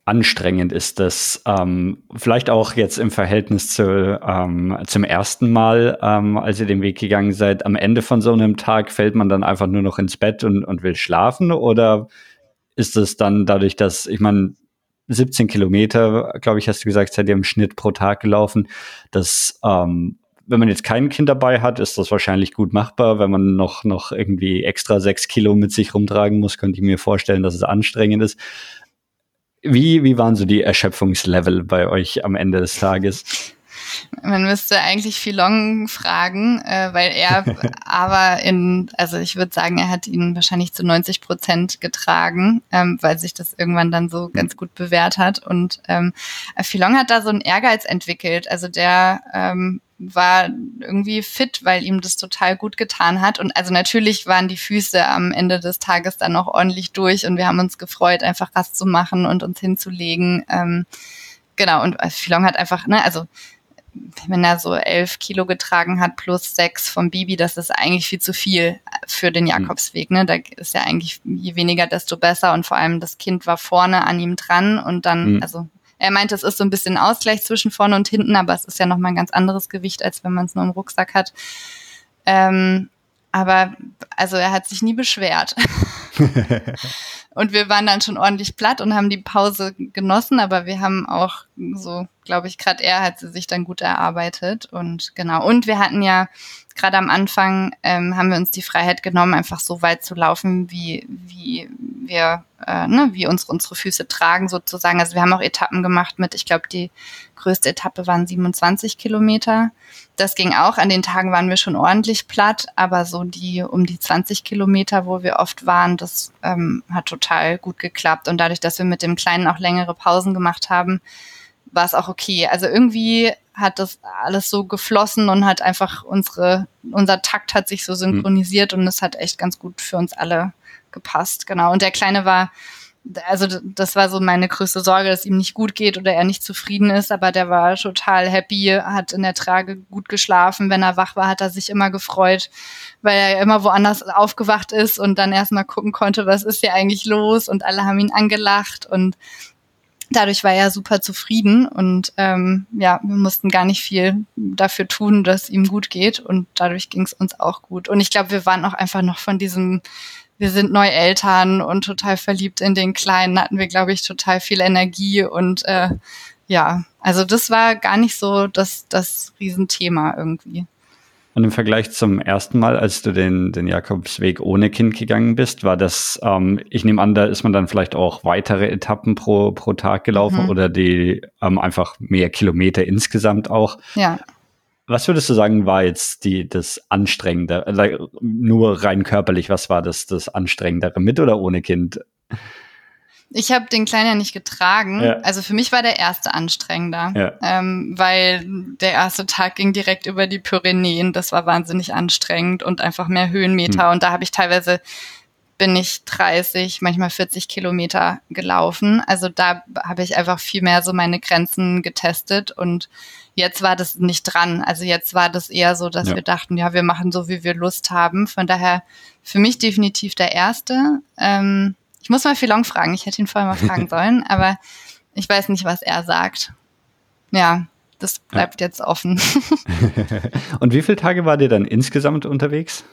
anstrengend ist das? Vielleicht auch jetzt im Verhältnis zum ersten Mal, als ihr den Weg gegangen seid. Am Ende von so einem Tag fällt man dann einfach nur noch ins Bett und will schlafen? Oder ist es dann dadurch, dass, ich meine, 17 Kilometer, glaube ich, hast du gesagt, seid ihr im Schnitt pro Tag gelaufen, dass wenn man jetzt kein Kind dabei hat, ist das wahrscheinlich gut machbar. Wenn man noch irgendwie extra 6 Kilo mit sich rumtragen muss, könnte ich mir vorstellen, dass es anstrengend ist. Wie waren so die Erschöpfungslevel bei euch am Ende des Tages? Man müsste eigentlich Philong fragen, weil er also ich würde sagen, er hat ihn wahrscheinlich zu 90% getragen, weil sich das irgendwann dann so ganz gut bewährt hat. Und Philong hat da so einen Ehrgeiz entwickelt. Also der war irgendwie fit, weil ihm das total gut getan hat. Und also natürlich waren die Füße am Ende des Tages dann noch ordentlich durch und wir haben uns gefreut, einfach Rast zu machen und uns hinzulegen. Genau, und Philong hat einfach, also wenn er so 11 Kilo getragen hat plus 6 vom Bibi, das ist eigentlich viel zu viel für den Jakobsweg. Ne? Da ist ja eigentlich je weniger, desto besser. Und vor allem das Kind war vorne an ihm dran. Und dann, also er meinte, es ist so ein bisschen Ausgleich zwischen vorne und hinten, aber es ist ja nochmal ein ganz anderes Gewicht, als wenn man es nur im Rucksack hat. Aber also er hat sich nie beschwert. Und wir waren dann schon ordentlich platt und haben die Pause genossen, aber wir haben auch so, glaube ich, gerade er hat sie sich dann gut erarbeitet und genau. Und wir hatten ja gerade am Anfang haben wir uns die Freiheit genommen, einfach so weit zu laufen, wie wir wie unsere Füße tragen sozusagen. Also wir haben auch Etappen gemacht mit, ich glaube, die größte Etappe waren 27 Kilometer. Das ging auch. An den Tagen waren wir schon ordentlich platt, aber so um die 20 Kilometer, wo wir oft waren, das hat total gut geklappt. Und dadurch, dass wir mit dem Kleinen auch längere Pausen gemacht haben, war es auch okay. Also irgendwie hat das alles so geflossen und hat einfach unser Takt hat sich so synchronisiert und es hat echt ganz gut für uns alle gepasst. Genau. Und der Kleine war, also das war so meine größte Sorge, dass ihm nicht gut geht oder er nicht zufrieden ist, aber der war total happy, hat in der Trage gut geschlafen. Wenn er wach war, hat er sich immer gefreut, weil er immer woanders aufgewacht ist und dann erstmal gucken konnte, was ist hier eigentlich los, und alle haben ihn angelacht und dadurch war er super zufrieden und wir mussten gar nicht viel dafür tun, dass ihm gut geht, und dadurch ging es uns auch gut. Und ich glaube, wir waren auch einfach noch von diesem, wir sind neu Eltern und total verliebt in den Kleinen, hatten wir, glaube ich, total viel Energie und also das war gar nicht so das Riesenthema irgendwie. Und im Vergleich zum ersten Mal, als du den Jakobsweg ohne Kind gegangen bist, war das, ich nehme an, da ist man dann vielleicht auch weitere Etappen pro Tag gelaufen oder die einfach mehr Kilometer insgesamt auch. Ja. Was würdest du sagen, war jetzt das Anstrengendere, also nur rein körperlich, was war das Anstrengendere, mit oder ohne Kind? Ich habe den Kleinen ja nicht getragen. Ja. Also für mich war der erste anstrengender, weil der erste Tag ging direkt über die Pyrenäen. Das war wahnsinnig anstrengend und einfach mehr Höhenmeter. Und da habe ich bin ich 30, manchmal 40 Kilometer gelaufen. Also da habe ich einfach viel mehr so meine Grenzen getestet. Und jetzt war das nicht dran. Also jetzt war das eher so, dass wir dachten, ja, wir machen so, wie wir Lust haben. Von daher für mich definitiv der erste. Ich muss mal Philong fragen, ich hätte ihn vorher mal fragen sollen, aber ich weiß nicht, was er sagt. Ja, das bleibt jetzt offen. Und wie viele Tage wart ihr dann insgesamt unterwegs?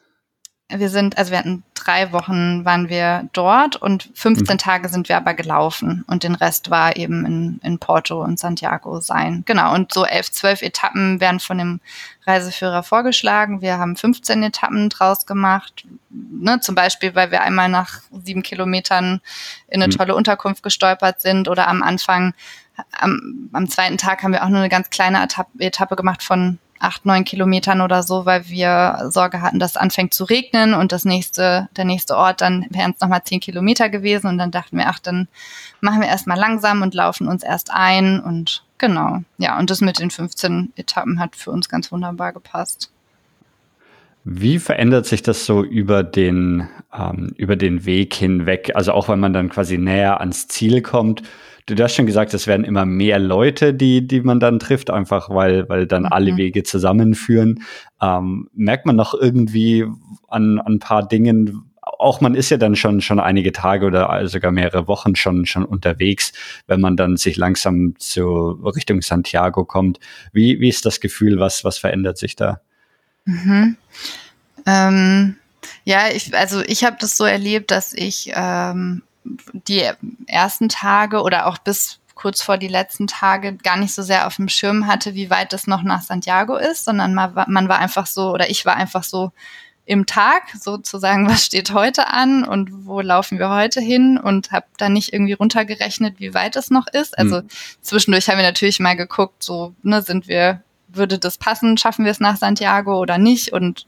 Wir hatten 3 Wochen waren wir dort und 15 Tage sind wir aber gelaufen und den Rest war eben in Porto und Santiago sein. Genau, und so 11, 12 Etappen werden von dem Reiseführer vorgeschlagen. Wir haben 15 Etappen draus gemacht, ne, zum Beispiel, weil wir einmal nach 7 Kilometern in eine tolle Unterkunft gestolpert sind oder am Anfang, am zweiten Tag haben wir auch nur eine ganz kleine Etappe gemacht von 8, 9 Kilometern oder so, weil wir Sorge hatten, dass es anfängt zu regnen und der nächste Ort, dann wären es nochmal 10 Kilometer gewesen und dann dachten wir, dann machen wir erstmal langsam und laufen uns erst ein und genau. Ja, und das mit den 15 Etappen hat für uns ganz wunderbar gepasst. Wie verändert sich das so über den Weg hinweg? Also auch wenn man dann quasi näher ans Ziel kommt. Du hast schon gesagt, es werden immer mehr Leute, die man dann trifft, einfach weil dann alle Wege zusammenführen. Merkt man noch irgendwie an ein paar Dingen, auch man ist ja dann schon einige Tage oder sogar mehrere Wochen schon unterwegs, wenn man dann sich langsam Richtung Santiago kommt. Wie ist das Gefühl? Was verändert sich da? Mhm. Ja, ich habe das so erlebt, dass ich die ersten Tage oder auch bis kurz vor die letzten Tage gar nicht so sehr auf dem Schirm hatte, wie weit es noch nach Santiago ist, sondern man war einfach so, oder ich war einfach so im Tag, sozusagen, was steht heute an und wo laufen wir heute hin, und habe dann nicht irgendwie runtergerechnet, wie weit es noch ist. Also zwischendurch haben wir natürlich mal geguckt, so, ne, würde das passen, schaffen wir es nach Santiago oder nicht, und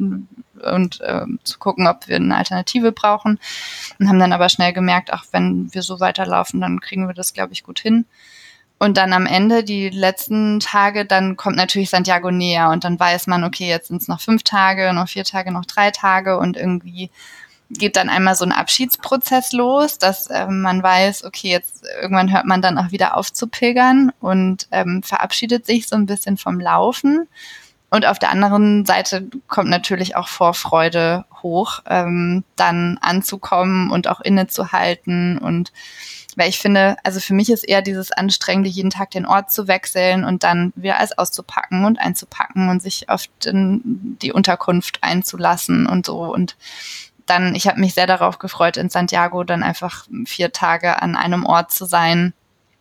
zu gucken, ob wir eine Alternative brauchen, und haben dann aber schnell gemerkt, ach, wenn wir so weiterlaufen, dann kriegen wir das, glaube ich, gut hin. Und dann am Ende, die letzten Tage, dann kommt natürlich Santiago näher, und dann weiß man, okay, jetzt sind es noch 5 Tage, noch 4 Tage, noch 3 Tage, und irgendwie geht dann einmal so ein Abschiedsprozess los, dass man weiß, okay, jetzt irgendwann hört man dann auch wieder auf zu pilgern und verabschiedet sich so ein bisschen vom Laufen. Und auf der anderen Seite kommt natürlich auch Vorfreude hoch, dann anzukommen und auch innezuhalten. Und weil ich finde, also für mich ist eher dieses Anstrengende, jeden Tag den Ort zu wechseln und dann wieder alles auszupacken und einzupacken und sich auf die Unterkunft einzulassen und so. Und dann, ich habe mich sehr darauf gefreut, in Santiago dann einfach 4 Tage an einem Ort zu sein,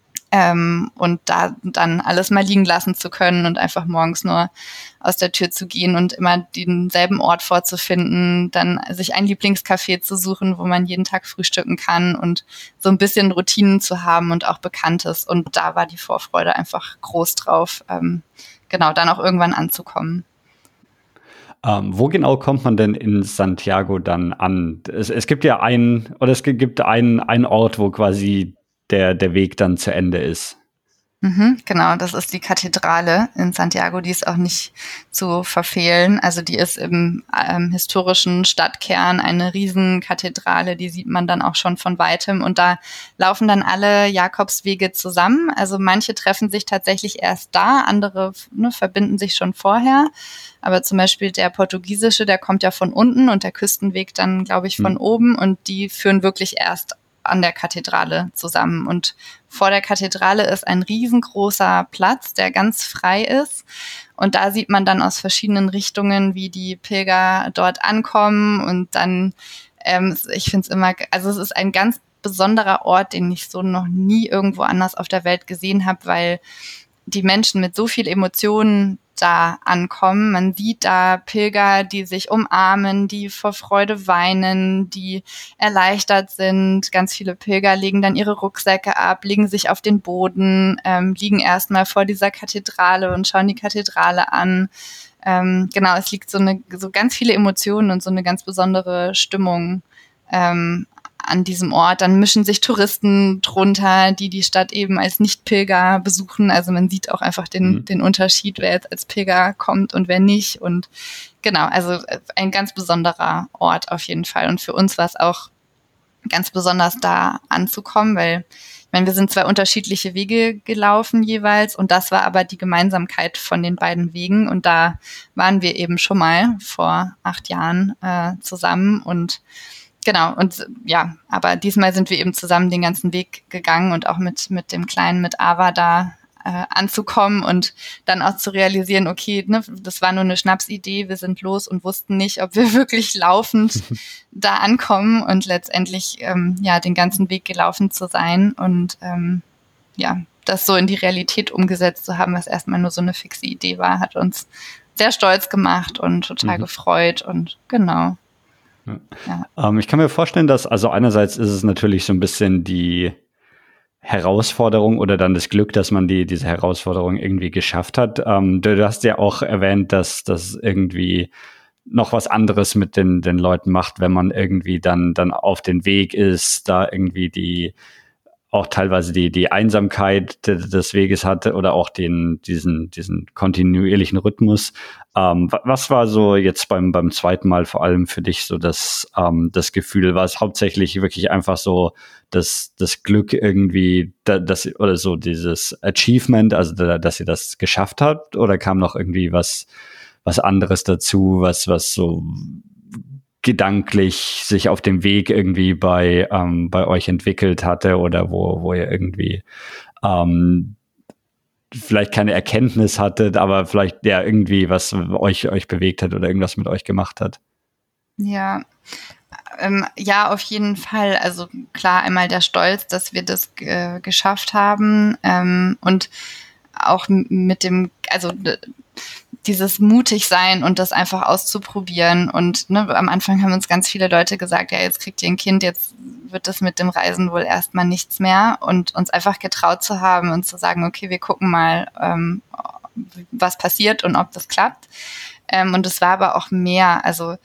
und da dann alles mal liegen lassen zu können und einfach morgens nur aus der Tür zu gehen und immer denselben Ort vorzufinden, dann sich ein Lieblingscafé zu suchen, wo man jeden Tag frühstücken kann und so ein bisschen Routinen zu haben und auch Bekanntes. Und da war die Vorfreude einfach groß drauf, genau, dann auch irgendwann anzukommen. Wo genau kommt man denn in Santiago dann an? Es gibt ja einen Ort, wo quasi der Weg dann zu Ende ist. Genau, das ist die Kathedrale in Santiago, die ist auch nicht zu verfehlen. Also die ist im historischen Stadtkern eine Riesenkathedrale, die sieht man dann auch schon von weitem, und da laufen dann alle Jakobswege zusammen. Also manche treffen sich tatsächlich erst da, andere verbinden sich schon vorher. Aber zum Beispiel der portugiesische, der kommt ja von unten und der Küstenweg dann, glaube ich, von oben, und die führen wirklich erst an der Kathedrale zusammen. Und vor der Kathedrale ist ein riesengroßer Platz, der ganz frei ist. Und da sieht man dann aus verschiedenen Richtungen, wie die Pilger dort ankommen. Und dann, ich finde es immer, also es ist ein ganz besonderer Ort, den ich so noch nie irgendwo anders auf der Welt gesehen habe, weil die Menschen mit so viel Emotionen da ankommen. Man sieht da Pilger, die sich umarmen, die vor Freude weinen, die erleichtert sind. Ganz viele Pilger legen dann ihre Rucksäcke ab, legen sich auf den Boden, liegen erstmal vor dieser Kathedrale und schauen die Kathedrale an. Genau, es liegt so ganz viele Emotionen und so eine ganz besondere Stimmung an diesem Ort. Dann mischen sich Touristen drunter, die Stadt eben als Nicht-Pilger besuchen. Also man sieht auch einfach den Unterschied, wer jetzt als Pilger kommt und wer nicht. Und genau, also ein ganz besonderer Ort auf jeden Fall. Und für uns war es auch ganz besonders, da anzukommen, weil ich meine, wir sind 2 unterschiedliche Wege gelaufen jeweils, und das war aber die Gemeinsamkeit von den beiden Wegen. Und da waren wir eben schon mal vor 8 Jahren zusammen, und genau, und ja, aber diesmal sind wir eben zusammen den ganzen Weg gegangen und auch mit dem Kleinen, mit Ava da anzukommen und dann auch zu realisieren, okay, ne, das war nur eine Schnapsidee, wir sind los und wussten nicht, ob wir wirklich laufend da ankommen, und letztendlich den ganzen Weg gelaufen zu sein und das so in die Realität umgesetzt zu haben, was erstmal nur so eine fixe Idee war, hat uns sehr stolz gemacht und total gefreut, und genau. Ja. Ich kann mir vorstellen, dass, also einerseits ist es natürlich so ein bisschen die Herausforderung oder dann das Glück, dass man diese Herausforderung irgendwie geschafft hat. Du hast ja auch erwähnt, dass das irgendwie noch was anderes mit den Leuten macht, wenn man irgendwie dann auf den Weg ist, da irgendwie auch teilweise die Einsamkeit des Weges hatte oder auch diesen kontinuierlichen Rhythmus. Was war so jetzt beim zweiten Mal vor allem für dich so das Gefühl? War es hauptsächlich wirklich einfach so das Glück irgendwie, oder so dieses Achievement, also dass ihr das geschafft habt, oder kam noch irgendwie was anderes dazu, was so gedanklich sich auf dem Weg irgendwie bei euch entwickelt hatte oder wo ihr irgendwie vielleicht keine Erkenntnis hattet, aber vielleicht ja irgendwie was euch bewegt hat oder irgendwas mit euch gemacht hat. Ja, ja, auf jeden Fall. Also klar, einmal der Stolz, dass wir das geschafft haben, und auch mit dem, also dieses mutig sein und das einfach auszuprobieren. Und ne, am Anfang haben uns ganz viele Leute gesagt, ja, jetzt kriegt ihr ein Kind, jetzt wird das mit dem Reisen wohl erstmal nichts mehr. Und uns einfach getraut zu haben und zu sagen, okay, wir gucken mal, was passiert und ob das klappt. Und es war aber auch mehr, also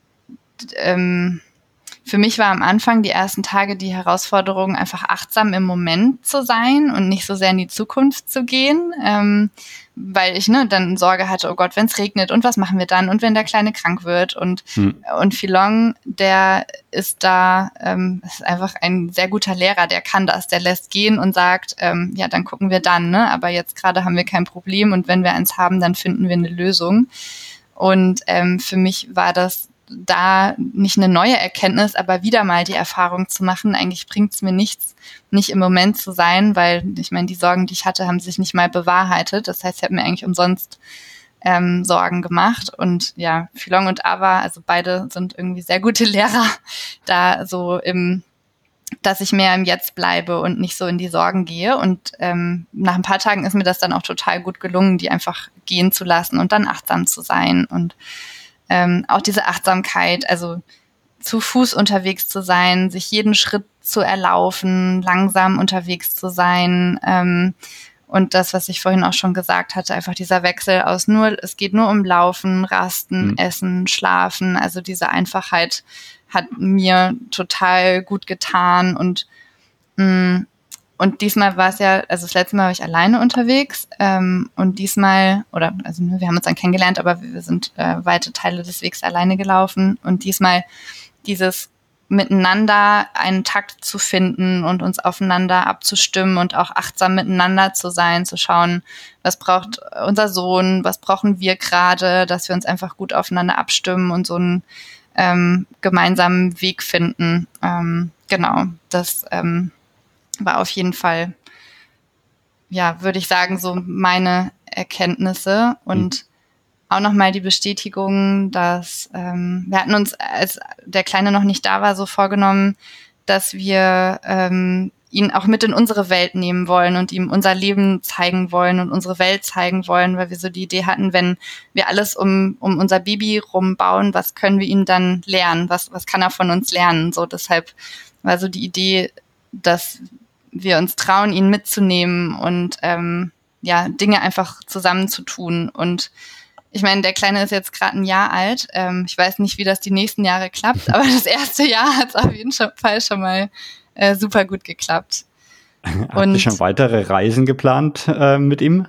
für mich war am Anfang die ersten Tage die Herausforderung, einfach achtsam im Moment zu sein und nicht so sehr in die Zukunft zu gehen, weil ich dann Sorge hatte, oh Gott, wenn es regnet und was machen wir dann und wenn der Kleine krank wird und Philong, der ist da, ist einfach ein sehr guter Lehrer, der kann das, der lässt gehen und sagt, ja, dann gucken wir dann, ne? Aber jetzt gerade haben wir kein Problem und wenn wir eins haben, dann finden wir eine Lösung. Und für mich war das da nicht eine neue Erkenntnis, aber wieder mal die Erfahrung zu machen, eigentlich bringt es mir nichts, nicht im Moment zu sein, weil ich meine, die Sorgen, die ich hatte, haben sich nicht mal bewahrheitet. Das heißt, ich habe mir eigentlich umsonst Sorgen gemacht. Und ja, Philong und Ava, also beide sind irgendwie sehr gute Lehrer, da so dass ich mehr im Jetzt bleibe und nicht so in die Sorgen gehe. Und nach ein paar Tagen ist mir das dann auch total gut gelungen, die einfach gehen zu lassen und dann achtsam zu sein. Und auch diese Achtsamkeit, also zu Fuß unterwegs zu sein, sich jeden Schritt zu erlaufen, langsam unterwegs zu sein. Und das, was ich vorhin auch schon gesagt hatte, einfach dieser Wechsel aus es geht nur um Laufen, Rasten, Essen, Schlafen. Also diese Einfachheit hat mir total gut getan. Und diesmal war es ja, also das letzte Mal war ich alleine unterwegs und diesmal, wir haben uns dann kennengelernt, aber wir sind weite Teile des Wegs alleine gelaufen und diesmal dieses miteinander einen Takt zu finden und uns aufeinander abzustimmen und auch achtsam miteinander zu sein, zu schauen, was braucht unser Sohn, was brauchen wir gerade, dass wir uns einfach gut aufeinander abstimmen und so einen gemeinsamen Weg finden. Genau, das war auf jeden Fall, ja, würde ich sagen, so meine Erkenntnisse und auch nochmal die Bestätigung, dass wir hatten uns, als der Kleine noch nicht da war, so vorgenommen, dass wir ihn auch mit in unsere Welt nehmen wollen und ihm unser Leben zeigen wollen und unsere Welt zeigen wollen, weil wir so die Idee hatten, wenn wir alles um unser Baby rumbauen, was können wir ihm dann lernen? Was kann er von uns lernen? So, deshalb war so die Idee, dass wir uns trauen, ihn mitzunehmen und Dinge einfach zusammen zu tun. Und ich meine, der Kleine ist jetzt gerade ein Jahr alt. Ich weiß nicht, wie das die nächsten Jahre klappt, aber das erste Jahr hat es auf jeden Fall schon mal super gut geklappt. Habt ihr schon weitere Reisen geplant mit ihm?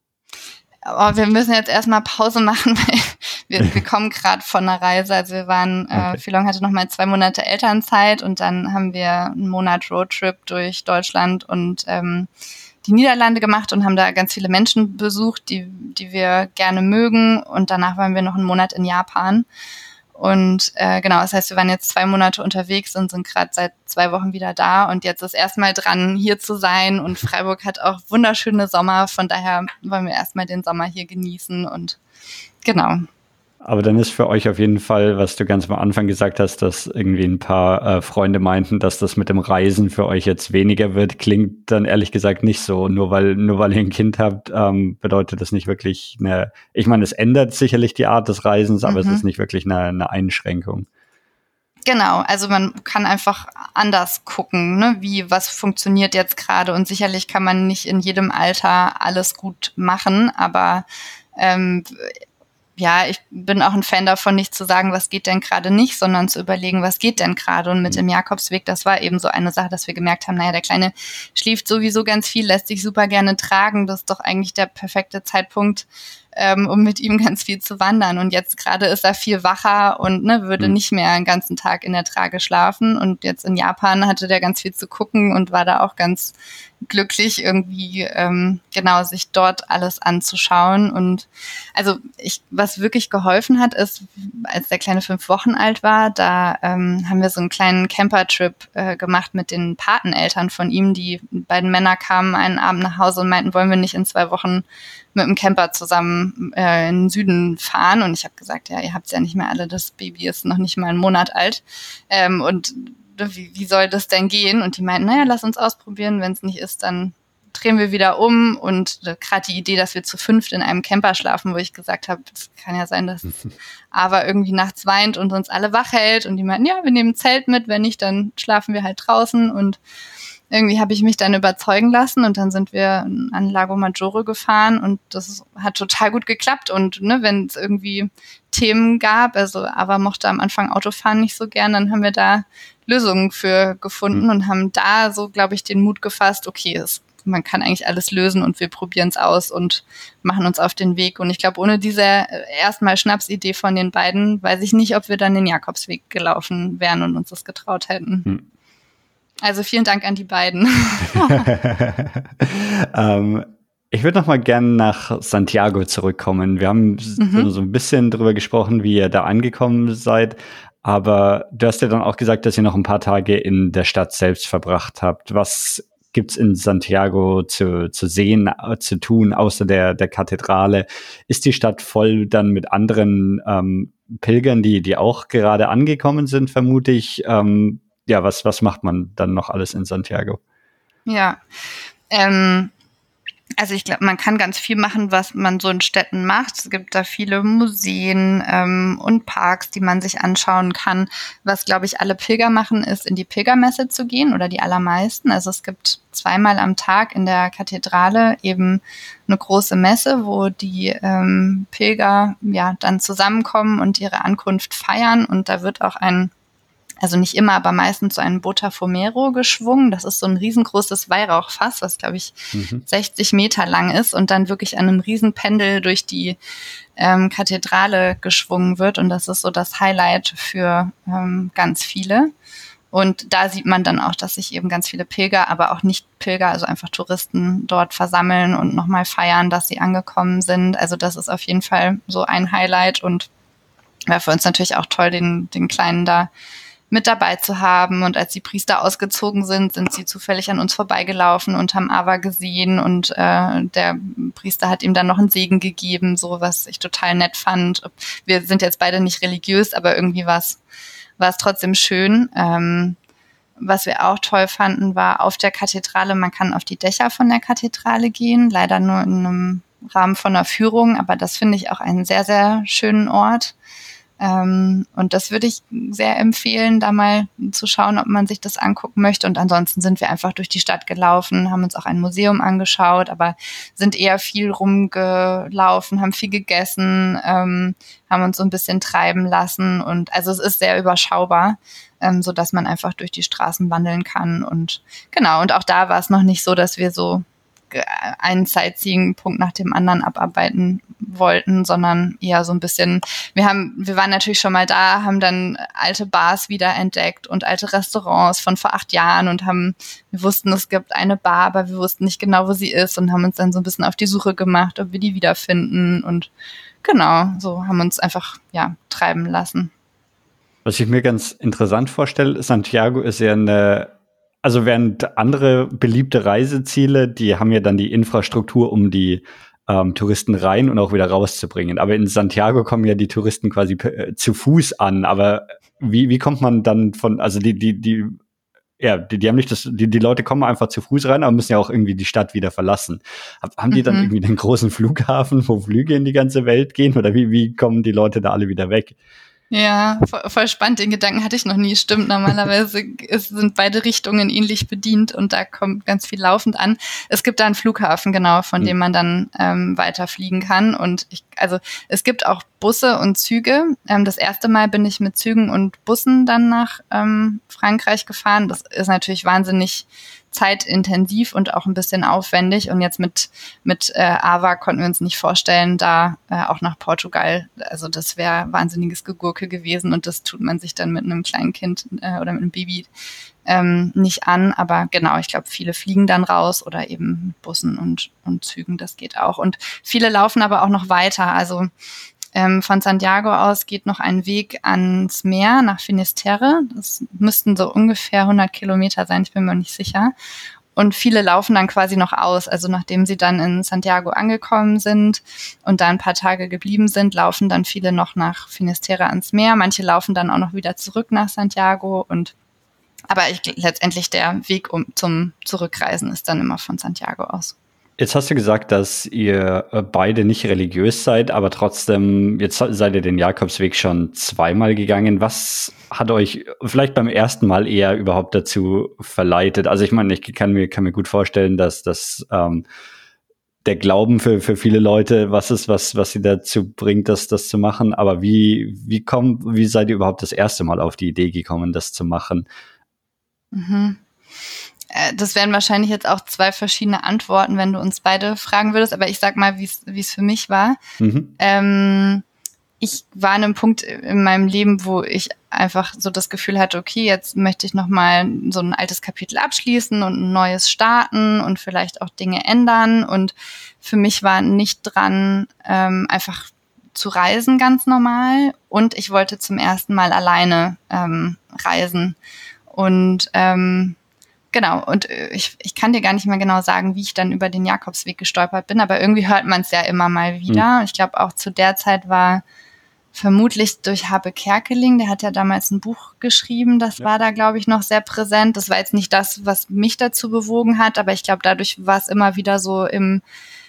Oh, wir müssen jetzt erstmal Pause machen, weil wir kommen gerade von einer Reise. Also wir waren, Philong hatte noch mal 2 Monate Elternzeit und dann haben wir einen Monat Roadtrip durch Deutschland und die Niederlande gemacht und haben da ganz viele Menschen besucht, die wir gerne mögen. Und danach waren wir noch einen Monat in Japan. Und genau, das heißt, wir waren jetzt 2 Monate unterwegs und sind gerade seit 2 Wochen wieder da. Und jetzt ist erstmal dran, hier zu sein. Und Freiburg hat auch wunderschöne Sommer. Von daher wollen wir erstmal den Sommer hier genießen. Und genau. Aber dann ist für euch auf jeden Fall, was du ganz am Anfang gesagt hast, dass irgendwie ein paar Freunde meinten, dass das mit dem Reisen für euch jetzt weniger wird, klingt dann ehrlich gesagt nicht so. Nur weil ihr ein Kind habt, bedeutet das nicht wirklich ich meine, es ändert sicherlich die Art des Reisens, aber es ist nicht wirklich eine Einschränkung. Genau, also man kann einfach anders gucken, ne, was funktioniert jetzt gerade und sicherlich kann man nicht in jedem Alter alles gut machen, aber ich bin auch ein Fan davon, nicht zu sagen, was geht denn gerade nicht, sondern zu überlegen, was geht denn gerade. Und mit dem Jakobsweg, das war eben so eine Sache, dass wir gemerkt haben, der Kleine schläft sowieso ganz viel, lässt sich super gerne tragen. Das ist doch eigentlich der perfekte Zeitpunkt, um mit ihm ganz viel zu wandern. Und jetzt gerade ist er viel wacher und würde nicht mehr einen ganzen Tag in der Trage schlafen. Und jetzt in Japan hatte der ganz viel zu gucken und war da auch ganz glücklich, irgendwie sich dort alles anzuschauen. Und also was wirklich geholfen hat, ist, als der Kleine 5 Wochen alt war, da haben wir so einen kleinen Camper-Trip gemacht mit den Pateneltern von ihm. Die beiden Männer kamen einen Abend nach Hause und meinten, wollen wir nicht in 2 Wochen mit dem Camper zusammen in den Süden fahren? Und ich habe gesagt, ja, ihr habt's ja nicht mehr alle, das Baby ist noch nicht mal einen Monat alt. Und wie soll das denn gehen? Und die meinten, naja, lass uns ausprobieren, wenn es nicht ist, dann drehen wir wieder um. Und gerade die Idee, dass wir zu 5 in einem Camper schlafen, wo ich gesagt habe, es kann ja sein, dass Ava irgendwie nachts weint und uns alle wach hält. Und die meinten, ja, wir nehmen ein Zelt mit, wenn nicht, dann schlafen wir halt draußen. Und irgendwie habe ich mich dann überzeugen lassen und dann sind wir an Lago Maggiore gefahren und das hat total gut geklappt. Und wenn es irgendwie Themen gab, also Ava mochte am Anfang Autofahren nicht so gern, dann haben wir da Lösungen für gefunden und haben da so, glaube ich, den Mut gefasst, okay, man kann eigentlich alles lösen und wir probieren es aus und machen uns auf den Weg. Und ich glaube, ohne diese erstmal Schnapsidee von den beiden, weiß ich nicht, ob wir dann den Jakobsweg gelaufen wären und uns das getraut hätten. Also vielen Dank an die beiden. Ich würde noch mal gerne nach Santiago zurückkommen. Wir haben so ein bisschen drüber gesprochen, wie ihr da angekommen seid. Aber du hast ja dann auch gesagt, dass ihr noch ein paar Tage in der Stadt selbst verbracht habt. Was gibt's in Santiago zu sehen, zu tun, außer der Kathedrale? Ist die Stadt voll dann mit anderen Pilgern, die auch gerade angekommen sind, vermute ich? Was macht man dann noch alles in Santiago? Ja, also ich glaube, man kann ganz viel machen, was man so in Städten macht. Es gibt da viele Museen und Parks, die man sich anschauen kann. Was, glaube ich, alle Pilger machen, ist in die Pilgermesse zu gehen oder die allermeisten. Also es gibt 2-mal am Tag in der Kathedrale eben eine große Messe, wo die Pilger dann zusammenkommen und ihre Ankunft feiern. Und da wird auch also nicht immer, aber meistens so ein Botafumeiro geschwungen. Das ist so ein riesengroßes Weihrauchfass, was, glaube ich, 60 Meter lang ist und dann wirklich an einem Riesenpendel durch die Kathedrale geschwungen wird. Und das ist so das Highlight für ganz viele. Und da sieht man dann auch, dass sich eben ganz viele Pilger, aber auch Nicht-Pilger, also einfach Touristen dort versammeln und nochmal feiern, dass sie angekommen sind. Also das ist auf jeden Fall so ein Highlight und war für uns natürlich auch toll, den Kleinen da mit dabei zu haben. Und als die Priester ausgezogen sind sie zufällig an uns vorbeigelaufen und haben Ava gesehen und der Priester hat ihm dann noch einen Segen gegeben, so was ich total nett fand. Wir sind jetzt beide nicht religiös, aber irgendwie war es trotzdem schön. Was wir auch toll fanden, war auf der Kathedrale, man kann auf die Dächer von der Kathedrale gehen, leider nur in einem Rahmen von einer Führung, aber das finde ich auch einen sehr, sehr schönen Ort. Und das würde ich sehr empfehlen, da mal zu schauen, ob man sich das angucken möchte. Und ansonsten sind wir einfach durch die Stadt gelaufen, haben uns auch ein Museum angeschaut, aber sind eher viel rumgelaufen, haben viel gegessen, haben uns so ein bisschen treiben lassen. Und also es ist sehr überschaubar, so dass man einfach durch die Straßen wandeln kann. Und genau, und auch da war es noch nicht so, dass wir so einen Sightseeing-Punkt nach dem anderen abarbeiten wollten, sondern eher so ein bisschen, wir waren natürlich schon mal da, haben dann alte Bars wieder entdeckt und alte Restaurants von vor 8 Jahren und wir wussten, es gibt eine Bar, aber wir wussten nicht genau, wo sie ist und haben uns dann so ein bisschen auf die Suche gemacht, ob wir die wiederfinden und genau, so haben uns einfach, treiben lassen. Was ich mir ganz interessant vorstelle, Santiago ist ja also während andere beliebte Reiseziele, die haben ja dann die Infrastruktur, um die Touristen rein und auch wieder rauszubringen. Aber in Santiago kommen ja die Touristen quasi zu Fuß an. Aber wie kommt man dann also die haben nicht die Leute kommen einfach zu Fuß rein, aber müssen ja auch irgendwie die Stadt wieder verlassen. Haben die dann irgendwie einen großen Flughafen, wo Flüge in die ganze Welt gehen? Oder wie kommen die Leute da alle wieder weg? Ja, voll spannend. Den Gedanken hatte ich noch nie. Stimmt, normalerweise sind beide Richtungen ähnlich bedient und da kommt ganz viel laufend an. Es gibt da einen Flughafen, genau, von dem man dann weiterfliegen kann. Und es gibt auch Busse und Züge. Das erste Mal bin ich mit Zügen und Bussen dann nach Frankreich gefahren. Das ist natürlich wahnsinnig zeitintensiv und auch ein bisschen aufwendig. Und jetzt mit AVA konnten wir uns nicht vorstellen, da auch nach Portugal. Also das wäre wahnsinniges Gegurke gewesen und das tut man sich dann mit einem kleinen Kind oder mit einem Baby nicht an. Aber genau, ich glaube, viele fliegen dann raus oder eben mit Bussen und Zügen, das geht auch. Und viele laufen aber auch noch weiter. Also von Santiago aus geht noch ein Weg ans Meer nach Finisterre. Das müssten so ungefähr 100 Kilometer sein, ich bin mir nicht sicher. Und viele laufen dann quasi noch aus. Also nachdem sie dann in Santiago angekommen sind und da ein paar Tage geblieben sind, laufen dann viele noch nach Finisterre ans Meer. Manche laufen dann auch noch wieder zurück nach Santiago. Aber letztendlich der Weg zum Zurückreisen ist dann immer von Santiago aus. Jetzt hast du gesagt, dass ihr beide nicht religiös seid, aber trotzdem, jetzt seid ihr den Jakobsweg schon zweimal gegangen. Was hat euch vielleicht beim ersten Mal eher überhaupt dazu verleitet? Also ich meine, ich kann mir gut vorstellen, dass das der Glauben für viele Leute was ist, was sie dazu bringt, das zu machen. Aber wie seid ihr überhaupt das erste Mal auf die Idee gekommen, das zu machen? Mhm. Das wären wahrscheinlich jetzt auch zwei verschiedene Antworten, wenn du uns beide fragen würdest, aber ich sag mal, wie es für mich war. Mhm. Ich war an einem Punkt in meinem Leben, wo ich einfach so das Gefühl hatte, okay, jetzt möchte ich nochmal so ein altes Kapitel abschließen und ein neues starten und vielleicht auch Dinge ändern. Und für mich war nicht dran, einfach zu reisen ganz normal. Und ich wollte zum ersten Mal alleine reisen. Und genau, und ich kann dir gar nicht mehr genau sagen, wie ich dann über den Jakobsweg gestolpert bin, aber irgendwie hört man es ja immer mal wieder. Ich glaube, auch zu der Zeit war vermutlich durch Habe Kerkeling, der hat ja damals ein Buch geschrieben, das war da, glaube ich, noch sehr präsent. Das war jetzt nicht das, was mich dazu bewogen hat, aber ich glaube, dadurch war es immer wieder so im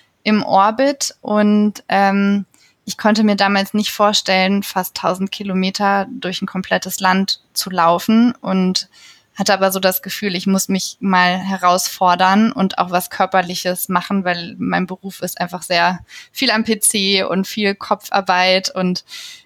Orbit und ich konnte mir damals nicht vorstellen, fast 1000 Kilometer durch ein komplettes Land zu laufen und hatte aber so das Gefühl, ich muss mich mal herausfordern und auch was Körperliches machen, weil mein Beruf ist einfach sehr viel am PC und viel Kopfarbeit und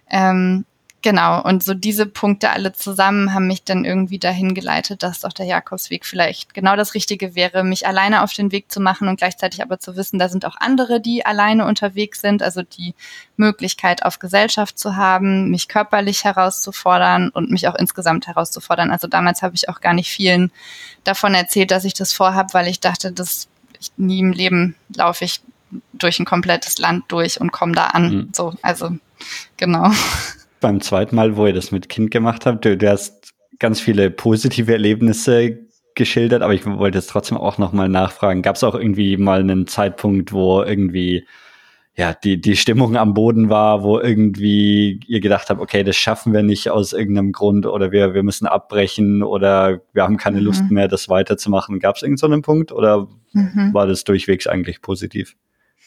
genau. Und so diese Punkte alle zusammen haben mich dann irgendwie dahin geleitet, dass doch der Jakobsweg vielleicht genau das Richtige wäre, mich alleine auf den Weg zu machen und gleichzeitig aber zu wissen, da sind auch andere, die alleine unterwegs sind, also die Möglichkeit auf Gesellschaft zu haben, mich körperlich herauszufordern und mich auch insgesamt herauszufordern. Also damals habe ich auch gar nicht vielen davon erzählt, dass ich das vorhabe, weil ich dachte, nie im Leben laufe ich durch ein komplettes Land durch und komme da an. Mhm. So, also genau. Beim zweiten Mal, wo ihr das mit Kind gemacht habt, du hast ganz viele positive Erlebnisse geschildert, aber ich wollte jetzt trotzdem auch nochmal nachfragen, gab es auch irgendwie mal einen Zeitpunkt, wo irgendwie die Stimmung am Boden war, wo irgendwie ihr gedacht habt, okay, das schaffen wir nicht aus irgendeinem Grund oder wir müssen abbrechen oder wir haben keine Lust mehr, das weiterzumachen. Gab es irgend so einen Punkt oder war das durchwegs eigentlich positiv?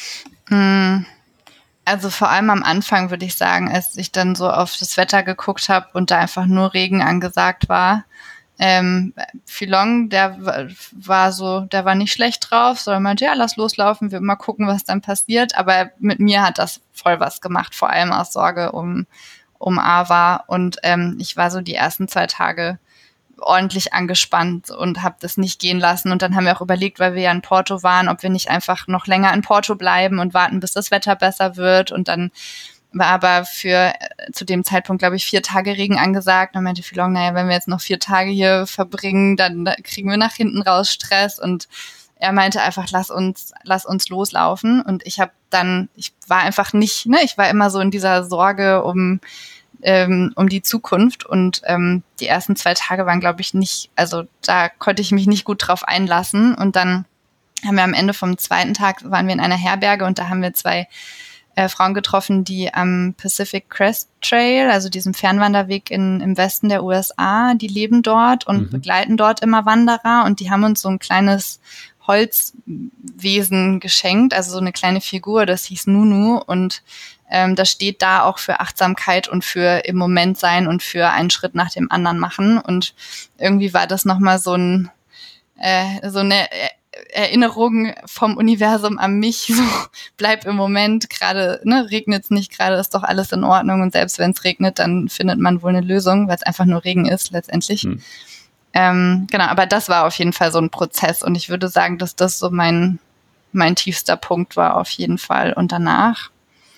Also vor allem am Anfang würde ich sagen, als ich dann so auf das Wetter geguckt habe und da einfach nur Regen angesagt war. Filong, der war nicht schlecht drauf, sondern meinte, ja, lass loslaufen, wir mal gucken, was dann passiert. Aber mit mir hat das voll was gemacht, vor allem aus Sorge um Ava. Und ich war so die ersten 2 Tage ordentlich angespannt und habe das nicht gehen lassen. Und dann haben wir auch überlegt, weil wir ja in Porto waren, ob wir nicht einfach noch länger in Porto bleiben und warten, bis das Wetter besser wird. Und dann war aber zu dem Zeitpunkt, glaube ich, 4 Tage Regen angesagt. Und dann meinte Filong, naja, wenn wir jetzt noch 4 Tage hier verbringen, dann kriegen wir nach hinten raus Stress. Und er meinte einfach, lass uns loslaufen. Und ich war einfach nicht, ich war immer so in dieser Sorge um die Zukunft und die ersten 2 Tage waren, glaube ich, nicht, also da konnte ich mich nicht gut drauf einlassen und dann haben wir am Ende vom 2. Tag, waren wir in einer Herberge und da haben wir 2 Frauen getroffen, die am Pacific Crest Trail, also diesem Fernwanderweg im Westen der USA, die leben dort und begleiten dort immer Wanderer und die haben uns so ein kleines Holzwesen geschenkt, also so eine kleine Figur, das hieß Nunu und das steht da auch für Achtsamkeit und für im Moment sein und für einen Schritt nach dem anderen machen. Und irgendwie war das nochmal so eine Erinnerung vom Universum an mich, so bleib im Moment, gerade regnet es nicht, gerade ist doch alles in Ordnung und selbst wenn es regnet, dann findet man wohl eine Lösung, weil es einfach nur Regen ist letztendlich. Genau, aber das war auf jeden Fall so ein Prozess und ich würde sagen, dass das so mein tiefster Punkt war auf jeden Fall. Und danach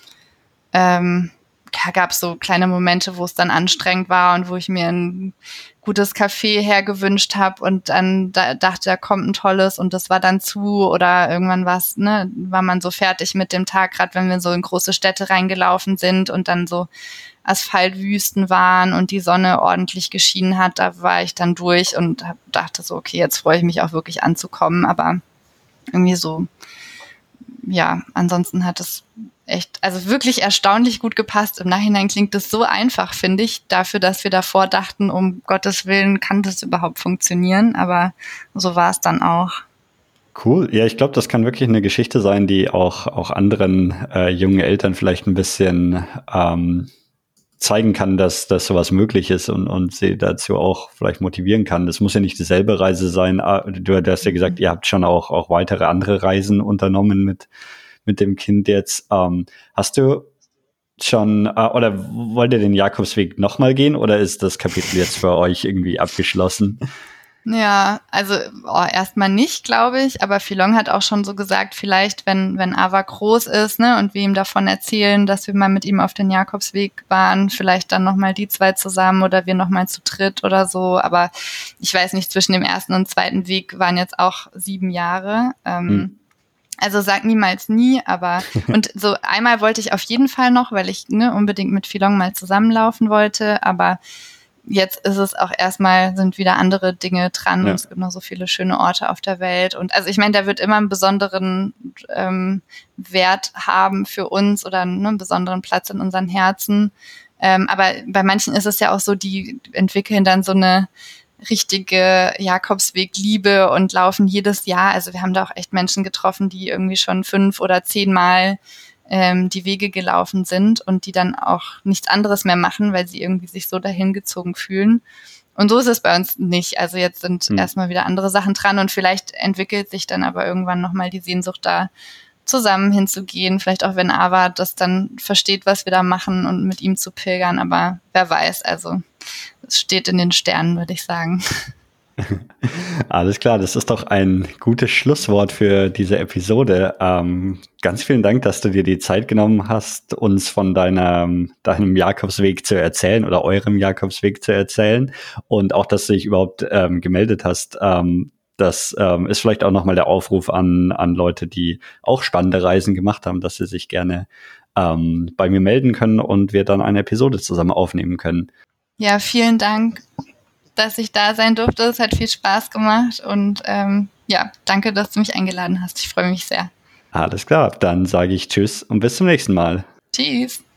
gab es so kleine Momente, wo es dann anstrengend war und wo ich mir ein gutes Café hergewünscht habe und dann dachte, da kommt ein tolles und das war dann zu oder irgendwann war man so fertig mit dem Tag, gerade wenn wir so in große Städte reingelaufen sind und dann so Asphaltwüsten waren und die Sonne ordentlich geschienen hat, da war ich dann durch und dachte so, okay, jetzt freue ich mich auch wirklich anzukommen, aber irgendwie so, ja, ansonsten hat es echt, also wirklich erstaunlich gut gepasst. Im Nachhinein klingt es so einfach, finde ich, dafür, dass wir davor dachten, um Gottes Willen kann das überhaupt funktionieren, aber so war es dann auch. Cool. Ja, ich glaube, das kann wirklich eine Geschichte sein, die auch anderen jungen Eltern vielleicht ein bisschen zeigen kann, dass sowas möglich ist und sie dazu auch vielleicht motivieren kann. Das muss ja nicht dieselbe Reise sein. Du hast ja gesagt, ihr habt schon auch weitere andere Reisen unternommen mit dem Kind jetzt. Hast du schon, oder wollt ihr den Jakobsweg nochmal gehen oder ist das Kapitel jetzt für euch irgendwie abgeschlossen? Ja, also erstmal nicht, glaube ich, aber Philong hat auch schon so gesagt, vielleicht, wenn Ava groß ist, und wir ihm davon erzählen, dass wir mal mit ihm auf den Jakobsweg waren, vielleicht dann nochmal die zwei zusammen oder wir nochmal zu dritt oder so, aber ich weiß nicht, zwischen dem ersten und zweiten Weg waren jetzt auch 7 Jahre, Also sag niemals nie, aber und so einmal wollte ich auf jeden Fall noch, weil ich unbedingt mit Philong mal zusammenlaufen wollte, aber jetzt ist es auch erstmal, sind wieder andere Dinge dran und es gibt noch so viele schöne Orte auf der Welt und also ich meine, der wird immer einen besonderen Wert haben für uns oder einen besonderen Platz in unseren Herzen, aber bei manchen ist es ja auch so, die entwickeln dann so eine richtige Jakobsweg-Liebe und laufen jedes Jahr. Also wir haben da auch echt Menschen getroffen, die irgendwie schon 5 oder 10 Mal die Wege gelaufen sind und die dann auch nichts anderes mehr machen, weil sie irgendwie sich so dahin gezogen fühlen. Und so ist es bei uns nicht. Also jetzt sind erstmal wieder andere Sachen dran und vielleicht entwickelt sich dann aber irgendwann nochmal die Sehnsucht da, zusammen hinzugehen. Vielleicht auch, wenn Ava das dann versteht, was wir da machen und mit ihm zu pilgern. Aber wer weiß, also es steht in den Sternen, würde ich sagen. Alles klar, das ist doch ein gutes Schlusswort für diese Episode. Ganz vielen Dank, dass du dir die Zeit genommen hast, uns von deinem Jakobsweg zu erzählen oder eurem Jakobsweg zu erzählen und auch, dass du dich überhaupt gemeldet hast. Das ist vielleicht auch nochmal der Aufruf an Leute, die auch spannende Reisen gemacht haben, dass sie sich gerne bei mir melden können und wir dann eine Episode zusammen aufnehmen können. Ja, vielen Dank, dass ich da sein durfte. Es hat viel Spaß gemacht und danke, dass du mich eingeladen hast. Ich freue mich sehr. Alles klar, dann sage ich Tschüss und bis zum nächsten Mal. Tschüss.